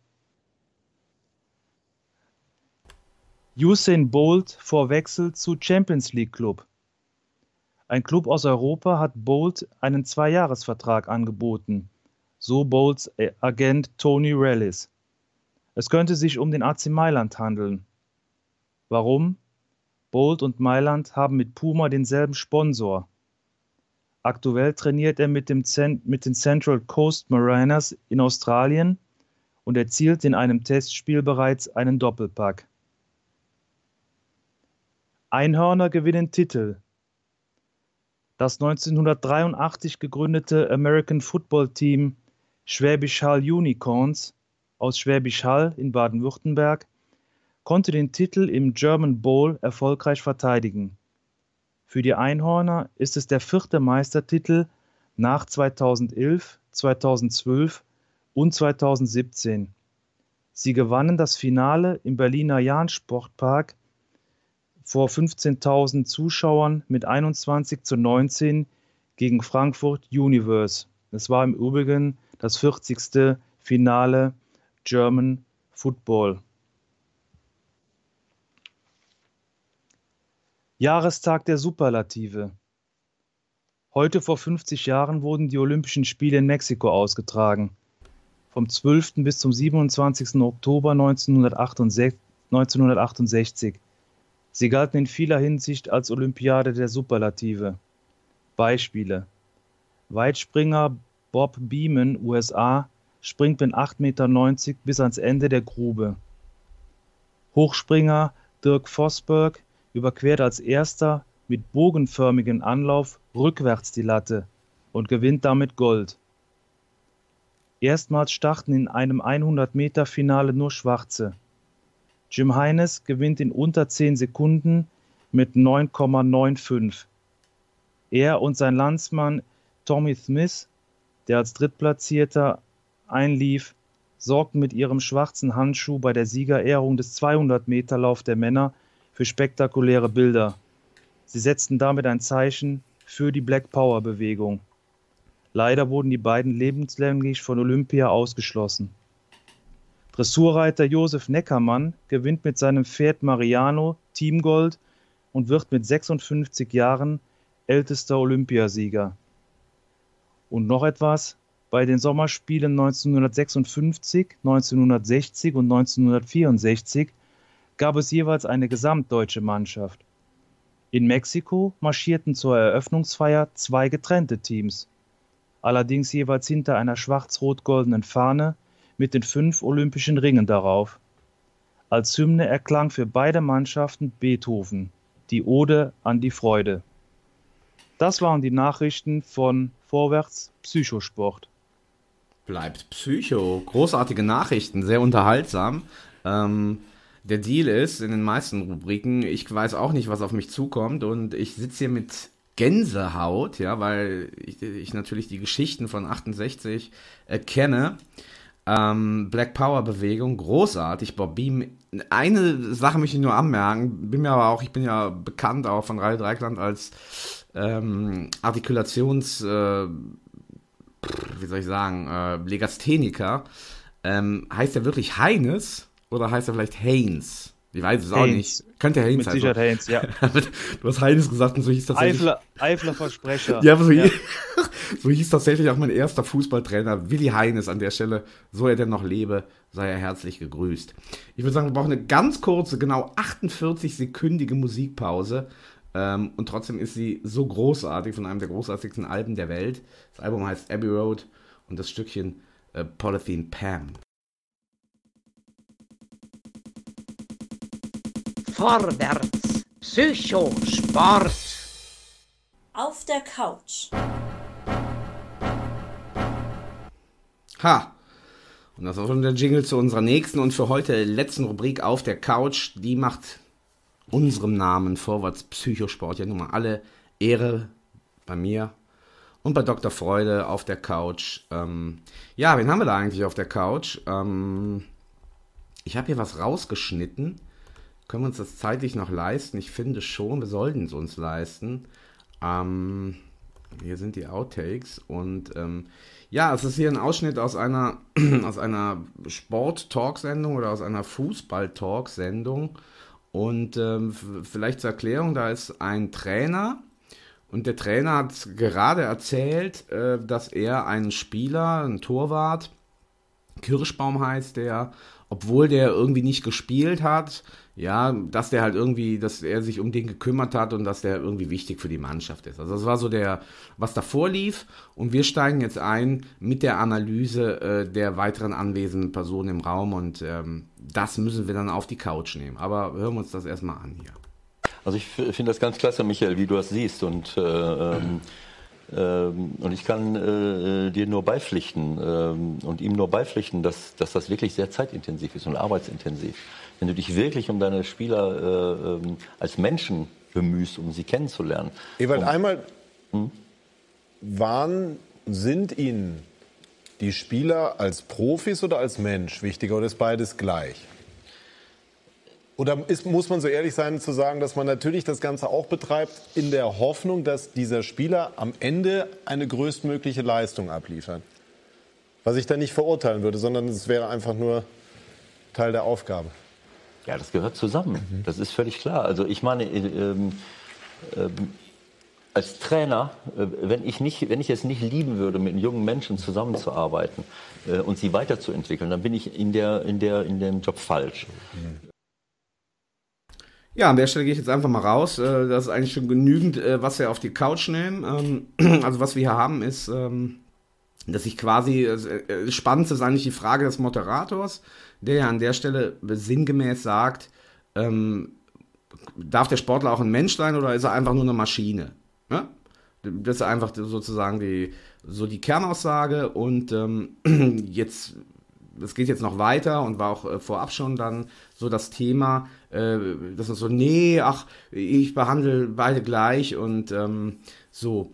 Speaker 4: Usain Bolt vor Wechsel zu Champions League Club. Ein Club aus Europa hat Bolt einen Zweijahresvertrag angeboten, so Bolts Agent Tony Rellis. Es könnte sich um den A C Mailand handeln. Warum? Bolt und Mailand haben mit Puma denselben Sponsor. Aktuell trainiert er mit, dem Cent- mit den Central Coast Mariners in Australien und erzielt in einem Testspiel bereits einen Doppelpack. Einhörner gewinnen Titel. Das neunzehnhundertdreiundachtzig gegründete American Football Team Schwäbisch Hall Unicorns aus Schwäbisch Hall in Baden-Württemberg konnte den Titel im German Bowl erfolgreich verteidigen. Für die Einhörner ist es der vierte Meistertitel nach zweitausendelf, zweitausendzwölf und zweitausendsiebzehn. Sie gewannen das Finale im Berliner Jahn-Sportpark vor fünfzehntausend Zuschauern mit einundzwanzig zu neunzehn gegen Frankfurt Universe. Es war im Übrigen das vierzigste Finale German Football. Jahrestag der Superlative. Heute vor fünfzig Jahren wurden die Olympischen Spiele in Mexiko ausgetragen. Vom zwölften bis zum siebenundzwanzigsten Oktober neunzehnhundertachtundsechzig. Sie galten in vieler Hinsicht als Olympiade der Superlative. Beispiele: Weitspringer Bob Beamon, U S A, springt mit acht Meter neunzig bis ans Ende der Grube. Hochspringer Dirk Vosberg überquert als erster mit bogenförmigem Anlauf rückwärts die Latte und gewinnt damit Gold. Erstmals starten in einem hundert-Meter-Finale nur Schwarze. Jim Heines gewinnt in unter zehn Sekunden mit neun Komma fünfundneunzig. Er und sein Landsmann Tommy Smith, der als Drittplatzierter einlief, sorgten mit ihrem schwarzen Handschuh bei der Siegerehrung des zweihundert-Meter-Lauf der Männer für spektakuläre Bilder. Sie setzten damit ein Zeichen für die Black Power-Bewegung. Leider wurden die beiden lebenslänglich von Olympia ausgeschlossen. Dressurreiter Josef Neckermann gewinnt mit seinem Pferd Mariano Teamgold und wird mit sechsundfünfzig Jahren ältester Olympiasieger. Und noch etwas: Bei den Sommerspielen neunzehnhundertsechsundfünfzig, neunzehnhundertsechzig und neunzehnhundertvierundsechzig gab es jeweils eine gesamtdeutsche Mannschaft. In Mexiko marschierten zur Eröffnungsfeier zwei getrennte Teams, allerdings jeweils hinter einer schwarz-rot-goldenen Fahne mit den fünf olympischen Ringen darauf. Als Hymne erklang für beide Mannschaften Beethoven, die Ode an die Freude. Das waren die Nachrichten von Vorwärts Psychosport.
Speaker 3: Bleibt Psycho. Großartige Nachrichten, sehr unterhaltsam. Ähm, der Deal ist, in den meisten Rubriken, ich weiß auch nicht, was auf mich zukommt, und ich sitze hier mit Gänsehaut, ja, weil ich, ich natürlich die Geschichten von achtundsechzig äh, kenne. Ähm, Black Power Bewegung, großartig. Bob Beam. Eine Sache möchte ich nur anmerken, bin mir aber auch, ich bin ja bekannt auch von Radio Dreieckland als ähm, Artikulations, äh, wie soll ich sagen, äh, Legastheniker. Ähm, heißt er wirklich Heines oder heißt er vielleicht Haynes? Ich weiß es auch
Speaker 4: Haynes.
Speaker 3: nicht. Könnte Haynes
Speaker 4: Mit
Speaker 3: sein.
Speaker 4: Sicherheit Haynes, ja.
Speaker 3: Du hast Haynes gesagt und so hieß tatsächlich...
Speaker 4: Eifler, Eifler Versprecher.
Speaker 3: Ja, aber so,
Speaker 4: Ja.
Speaker 3: hieß, so hieß tatsächlich auch mein erster Fußballtrainer, Willi Heines, an der Stelle. So er denn noch lebe, sei er herzlich gegrüßt. Ich würde sagen, wir brauchen eine ganz kurze, genau achtundvierzig-sekündige Musikpause. Ähm, und trotzdem ist sie so großartig, von einem der großartigsten Alben der Welt. Das Album heißt Abbey Road und das Stückchen äh, Polythene Pam.
Speaker 1: Vorwärts, Psychosport.
Speaker 2: Auf der Couch.
Speaker 3: Ha! Und das war schon der Jingle zu unserer nächsten und für heute letzten Rubrik Auf der Couch. Die macht unserem Namen Vorwärts Psychosport ja nun mal alle Ehre bei mir und bei Doktor Freude auf der Couch. Ähm, ja, wen haben wir da eigentlich auf der Couch? Ähm, ich habe hier was rausgeschnitten. Können wir uns das zeitlich noch leisten? Ich finde schon, wir sollten es uns leisten. Ähm, hier sind die Outtakes und ähm, ja, es ist hier ein Ausschnitt aus einer, aus einer Sport-Talk-Sendung oder aus einer Fußball-Talk-Sendung. Und ähm, f- vielleicht zur Erklärung, da ist ein Trainer und der Trainer hat gerade erzählt, äh, dass er einen Spieler, einen Torwart, Kirschbaum heißt der, obwohl der irgendwie nicht gespielt hat, ja, dass der halt irgendwie, dass er sich um den gekümmert hat und dass der irgendwie wichtig für die Mannschaft ist. Also das war so der, was davor lief, und wir steigen jetzt ein mit der Analyse äh, der weiteren anwesenden Personen im Raum und ähm, das müssen wir dann auf die Couch nehmen. Aber hören wir uns das erstmal an hier.
Speaker 9: Also ich f- finde das ganz klasse, Michael, wie du das siehst. Und, äh, ähm, ähm, und ich kann äh, dir nur beipflichten ähm, und ihm nur beipflichten, dass, dass das wirklich sehr zeitintensiv ist und arbeitsintensiv. Wenn du dich wirklich um deine Spieler äh, ähm, als Menschen bemühst, um sie kennenzulernen.
Speaker 10: Ewald,
Speaker 9: um,
Speaker 10: einmal,
Speaker 9: hm?
Speaker 10: waren, sind Ihnen die Spieler als Profis oder als Mensch wichtiger oder ist beides gleich? Oder ist, muss man so ehrlich sein zu sagen, dass man natürlich das Ganze auch betreibt in der Hoffnung, dass dieser Spieler am Ende eine größtmögliche Leistung abliefert? Was ich da nicht verurteilen würde, sondern es wäre einfach nur Teil der Aufgabe.
Speaker 9: Ja, das gehört zusammen. Mhm. Das ist völlig klar. Also ich meine, ähm, ähm, als Trainer, äh, wenn ich nicht, wenn ich es nicht lieben würde, mit jungen Menschen zusammenzuarbeiten äh, und sie weiterzuentwickeln, dann bin ich in der, in der, in dem Job falsch. Mhm.
Speaker 3: Ja, an der Stelle gehe ich jetzt einfach mal raus. Das ist eigentlich schon genügend, was wir auf die Couch nehmen. Also was wir hier haben ist, dass ich quasi, das Spannendste ist eigentlich die Frage des Moderators, der ja an der Stelle sinngemäß sagt, darf der Sportler auch ein Mensch sein oder ist er einfach nur eine Maschine? Das ist einfach sozusagen die, so die Kernaussage und jetzt... Das geht jetzt noch weiter und war auch äh, vorab schon dann so das Thema, äh, dass man so, nee, ach, ich behandle beide gleich und ähm, so.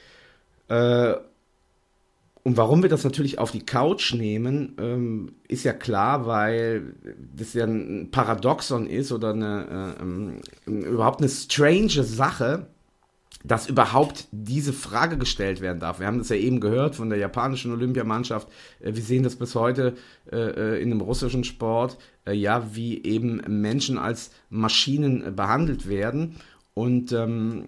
Speaker 3: Äh, und warum wir das natürlich auf die Couch nehmen, ähm, ist ja klar, weil das ja ein Paradoxon ist oder eine, äh, äh, überhaupt eine strange Sache, dass überhaupt diese Frage gestellt werden darf. Wir haben das ja eben gehört von der japanischen Olympiamannschaft. Wir sehen das bis heute äh, in dem russischen Sport, äh, ja, wie eben Menschen als Maschinen behandelt werden. Und ähm,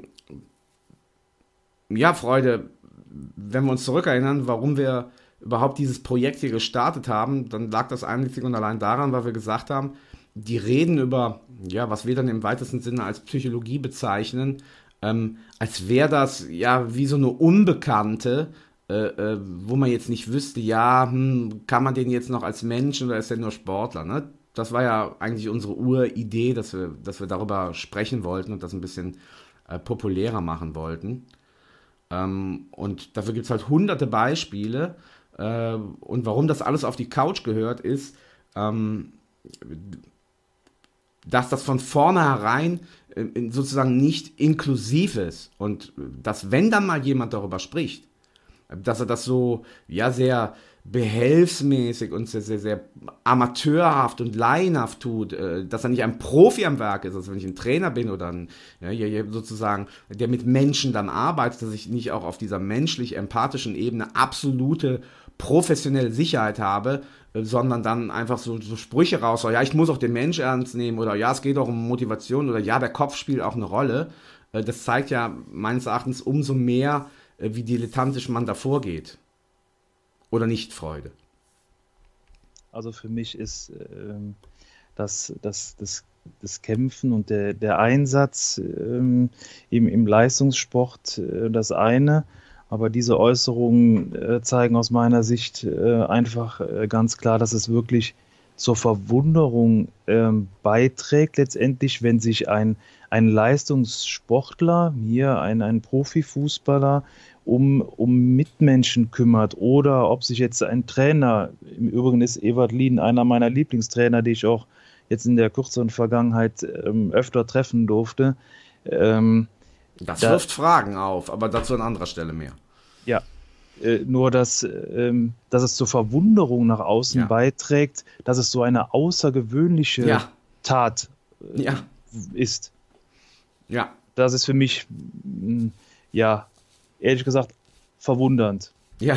Speaker 3: ja, Freude, wenn wir uns zurückerinnern, warum wir überhaupt dieses Projekt hier gestartet haben, dann lag das einzig und allein daran, weil wir gesagt haben, die reden über, ja, was wir dann im weitesten Sinne als Psychologie bezeichnen, Ähm, als wäre das ja wie so eine Unbekannte, äh, äh, wo man jetzt nicht wüsste, ja, hm, kann man den jetzt noch als Mensch oder ist der nur Sportler, ne? Das war ja eigentlich unsere Uridee, dass wir, dass wir darüber sprechen wollten und das ein bisschen äh, populärer machen wollten. Ähm, und dafür gibt es halt hunderte Beispiele. Äh, und warum das alles auf die Couch gehört, ist, ähm, dass das von vornherein äh, sozusagen nicht inklusiv ist und dass, wenn dann mal jemand darüber spricht, dass er das so, ja, sehr behelfsmäßig und sehr, sehr, sehr amateurhaft und laienhaft tut, äh, dass er nicht ein Profi am Werk ist, also wenn ich ein Trainer bin oder ein, ja, sozusagen, der mit Menschen dann arbeitet, dass ich nicht auch auf dieser menschlich-empathischen Ebene absolute professionelle Sicherheit habe, sondern dann einfach so, so Sprüche raus, ja, ich muss auch den Mensch ernst nehmen oder ja, es geht auch um Motivation oder ja, der Kopf spielt auch eine Rolle. Das zeigt ja meines Erachtens umso mehr, wie dilettantisch man da vorgeht. Oder nicht, Freude?
Speaker 4: Also für mich ist ähm, das, das, das, das Kämpfen und der, der Einsatz ähm, im, im Leistungssport äh, das eine. Aber diese Äußerungen äh, zeigen aus meiner Sicht äh, einfach äh, ganz klar, dass es wirklich zur Verwunderung äh, beiträgt, letztendlich, wenn sich ein, ein Leistungssportler, hier ein, ein Profifußballer, um, um Mitmenschen kümmert oder ob sich jetzt ein Trainer, im Übrigen ist Ewald Lien einer meiner Lieblingstrainer, die ich auch jetzt in der kürzeren Vergangenheit ähm, öfter treffen durfte. Ähm,
Speaker 3: Das
Speaker 4: da,
Speaker 3: wirft Fragen auf, aber dazu an anderer Stelle mehr.
Speaker 4: Ja, äh, nur dass, ähm, dass es zur Verwunderung nach außen
Speaker 3: ja.
Speaker 4: beiträgt, dass es so eine außergewöhnliche ja. Tat äh,
Speaker 3: ja.
Speaker 4: ist.
Speaker 3: Ja.
Speaker 4: Das ist für mich, mh, ja, ehrlich gesagt, verwundernd.
Speaker 3: Ja.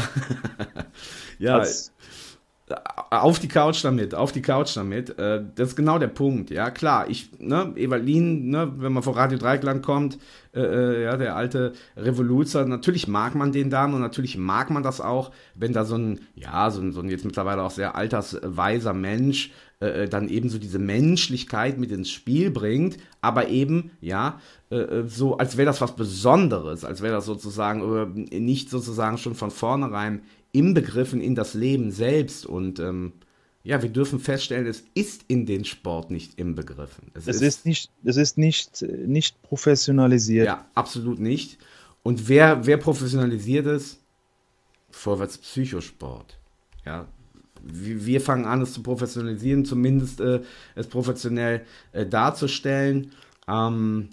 Speaker 3: ja. Als, auf die Couch damit, auf die Couch damit. Äh, das ist genau der Punkt. Ja, klar, ich, ne, Ewald Lien, ne, wenn man von Radio Dreieckland kommt, äh, ja, der alte Revoluzer, natürlich mag man den dann und natürlich mag man das auch, wenn da so ein, ja, so ein, so ein jetzt mittlerweile auch sehr altersweiser Mensch äh, dann eben so diese Menschlichkeit mit ins Spiel bringt, aber eben, ja, äh, so, als wäre das was Besonderes, als wäre das sozusagen äh, nicht sozusagen schon von vornherein inbegriffen in das Leben selbst und ähm, ja, wir dürfen feststellen, es ist in den Sport nicht inbegriffen.
Speaker 4: Es, es ist, ist nicht, es ist nicht, nicht professionalisiert.
Speaker 3: Ja, absolut nicht. Und wer, wer professionalisiert es? Vorwärts Psychosport. Ja, wir fangen an, es zu professionalisieren, zumindest äh, es professionell äh, darzustellen. Ähm,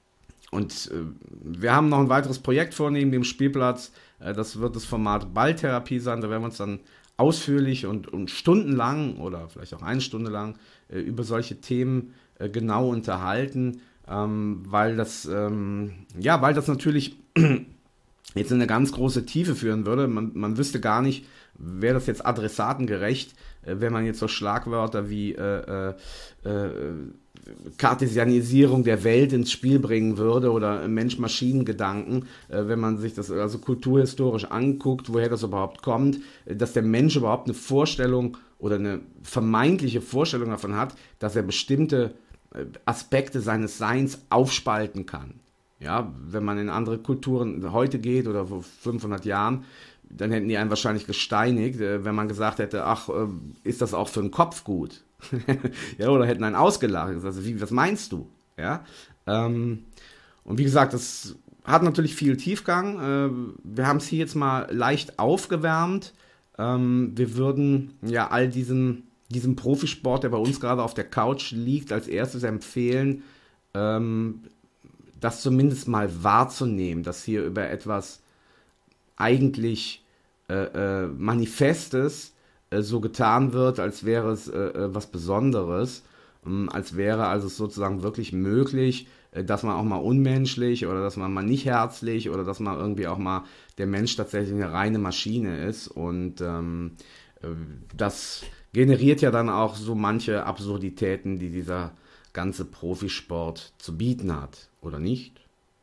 Speaker 3: und äh, wir haben noch ein weiteres Projekt vor neben dem Spielplatz. Äh, das wird das Format Balltherapie sein. Da werden wir uns dann ausführlich und, und stundenlang oder vielleicht auch eine Stunde lang äh, über solche Themen äh, genau unterhalten, ähm, weil das ähm, ja, weil das natürlich jetzt in eine ganz große Tiefe führen würde. Man, man wüsste gar nicht, wäre das jetzt adressatengerecht, äh, wenn man jetzt so Schlagwörter wie äh, äh, Kartesianisierung der Welt ins Spiel bringen würde oder Mensch-Maschinen-Gedanken, äh, wenn man sich das also kulturhistorisch anguckt, woher das überhaupt kommt, äh, dass der Mensch überhaupt eine Vorstellung oder eine vermeintliche Vorstellung davon hat, dass er bestimmte äh, Aspekte seines Seins aufspalten kann. Ja, wenn man in andere Kulturen heute geht oder vor fünfhundert Jahren, dann hätten die einen wahrscheinlich gesteinigt, äh, wenn man gesagt hätte, ach, äh, ist das auch für den Kopf gut? Ja, oder hätten einen ausgelacht. Also, wie, was meinst du? Ja, ähm, und wie gesagt, das hat natürlich viel Tiefgang. Äh, wir haben es hier jetzt mal leicht aufgewärmt. Ähm, wir würden ja all diesen, diesem Profisport, der bei uns gerade auf der Couch liegt, als erstes empfehlen, ähm, das zumindest mal wahrzunehmen, dass hier über etwas eigentlich äh, äh, Manifestes äh, so getan wird, als wäre es äh, was Besonderes, ähm, als wäre also sozusagen wirklich möglich, äh, dass man auch mal unmenschlich oder dass man mal nicht herzlich oder dass man irgendwie auch mal der Mensch tatsächlich eine reine Maschine ist, und ähm, äh, das generiert ja dann auch so manche Absurditäten, die dieser ganze Profisport zu bieten hat, oder nicht?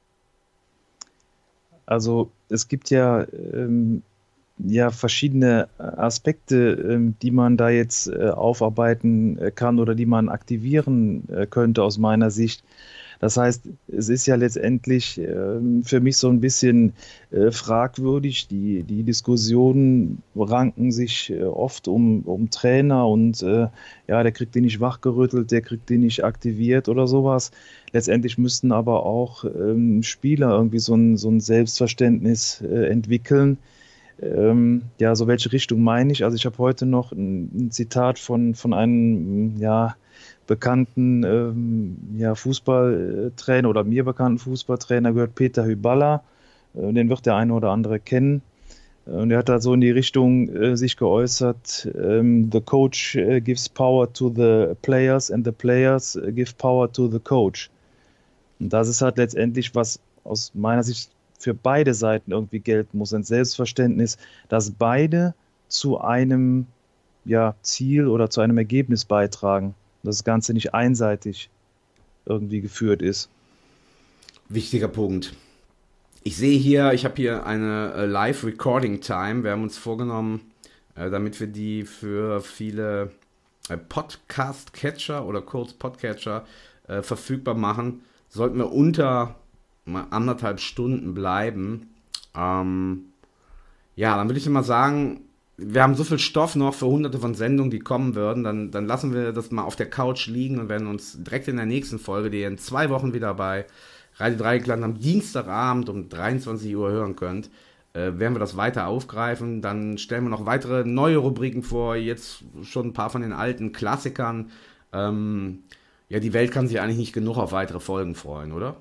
Speaker 4: Also es gibt ja, ähm, ja verschiedene Aspekte, ähm, die man da jetzt äh, aufarbeiten kann oder die man aktivieren äh, könnte aus meiner Sicht. Das heißt, es ist ja letztendlich äh, für mich so ein bisschen äh, fragwürdig. Die, die Diskussionen ranken sich äh, oft um, um Trainer und äh, ja, der kriegt den nicht wachgerüttelt, der kriegt den nicht aktiviert oder sowas. Letztendlich müssten aber auch ähm, Spieler irgendwie so ein, so ein Selbstverständnis äh, entwickeln. Ähm, ja, so welche Richtung meine ich? Also ich habe heute noch ein, ein Zitat von, von einem, ja, bekannten ähm, ja, Fußballtrainer oder mir bekannten Fußballtrainer gehört, Peter Hyballa. Äh, den wird der eine oder andere kennen. Äh, und er hat da so in die Richtung äh, sich geäußert, ähm, the coach äh, gives power to the players and the players äh, give power to the coach. Und das ist halt letztendlich, was aus meiner Sicht für beide Seiten irgendwie gelten muss, ein Selbstverständnis, dass beide zu einem ja, Ziel oder zu einem Ergebnis beitragen. Dass das Ganze nicht einseitig irgendwie geführt ist.
Speaker 3: Wichtiger Punkt. Ich sehe hier, ich habe hier eine äh, Live-Recording-Time. Wir haben uns vorgenommen, äh, damit wir die für viele äh, Podcast-Catcher oder kurz Podcatcher äh, verfügbar machen, sollten wir unter mal anderthalb Stunden bleiben. Ähm, ja, dann würde ich mal sagen, wir haben so viel Stoff noch für hunderte von Sendungen, die kommen würden, dann, dann lassen wir das mal auf der Couch liegen und werden uns direkt in der nächsten Folge, die ihr in zwei Wochen wieder bei Radio Dreieckland am Dienstagabend um dreiundzwanzig Uhr hören könnt, äh, werden wir das weiter aufgreifen. Dann stellen wir noch weitere neue Rubriken vor, jetzt schon ein paar von den alten Klassikern. Ähm, ja, die Welt kann sich eigentlich nicht genug auf weitere Folgen freuen, oder?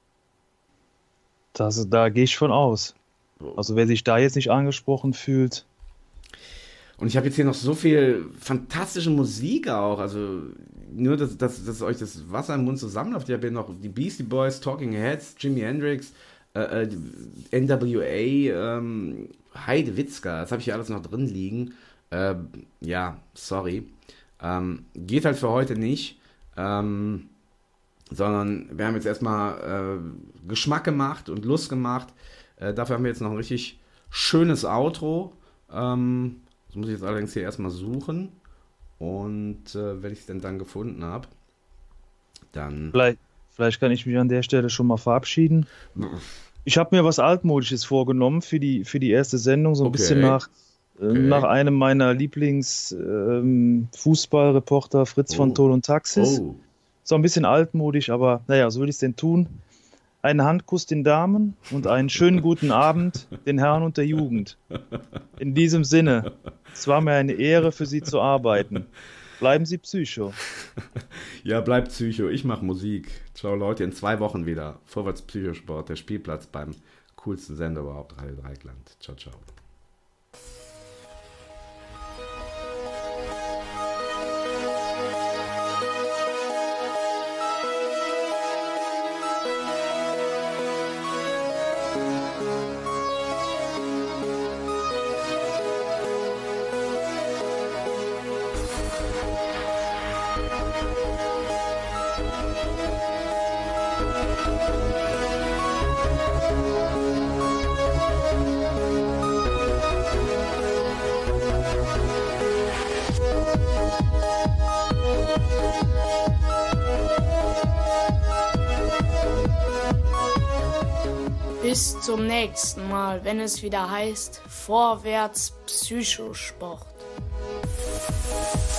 Speaker 4: Das, da gehe ich von aus. Also wer sich da jetzt nicht angesprochen fühlt.
Speaker 3: Und ich habe jetzt hier noch so viel fantastische Musik auch, also nur, dass, dass, dass euch das Wasser im Mund zusammenläuft. Ich habe hier noch die Beastie Boys, Talking Heads, Jimi Hendrix, äh, N W A, ähm, Heide Witzka, das habe ich hier alles noch drin liegen. Äh, ja, sorry. Ähm, geht halt für heute nicht, ähm, sondern wir haben jetzt erstmal äh, Geschmack gemacht und Lust gemacht. Äh, dafür haben wir jetzt noch ein richtig schönes Outro. Ähm, Das muss ich jetzt allerdings hier erstmal suchen. Und äh, wenn ich es denn dann gefunden habe, dann...
Speaker 4: Vielleicht, vielleicht kann ich mich an der Stelle schon mal verabschieden. Ich habe mir was Altmodisches vorgenommen für die, für die erste Sendung. So ein
Speaker 3: Okay.
Speaker 4: bisschen nach Okay. Nach einem meiner Lieblings-Fußballreporter, ähm, Fritz oh. von Tol und Taxis. Oh. So ein bisschen altmodisch, aber naja, so würde ich es denn tun. Einen Handkuss den Damen und einen schönen guten Abend den Herren und der Jugend. In diesem Sinne, es war mir eine Ehre, für Sie zu arbeiten. Bleiben Sie Psycho.
Speaker 3: Ja, bleibt Psycho. Ich mache Musik. Ciao Leute, in zwei Wochen wieder. Vorwärts Psychosport, der Spielplatz beim coolsten Sender überhaupt, Radio Dreieckland. Ciao, ciao.
Speaker 5: Bis zum nächsten Mal, wenn es wieder heißt Vorwärts Psychosport.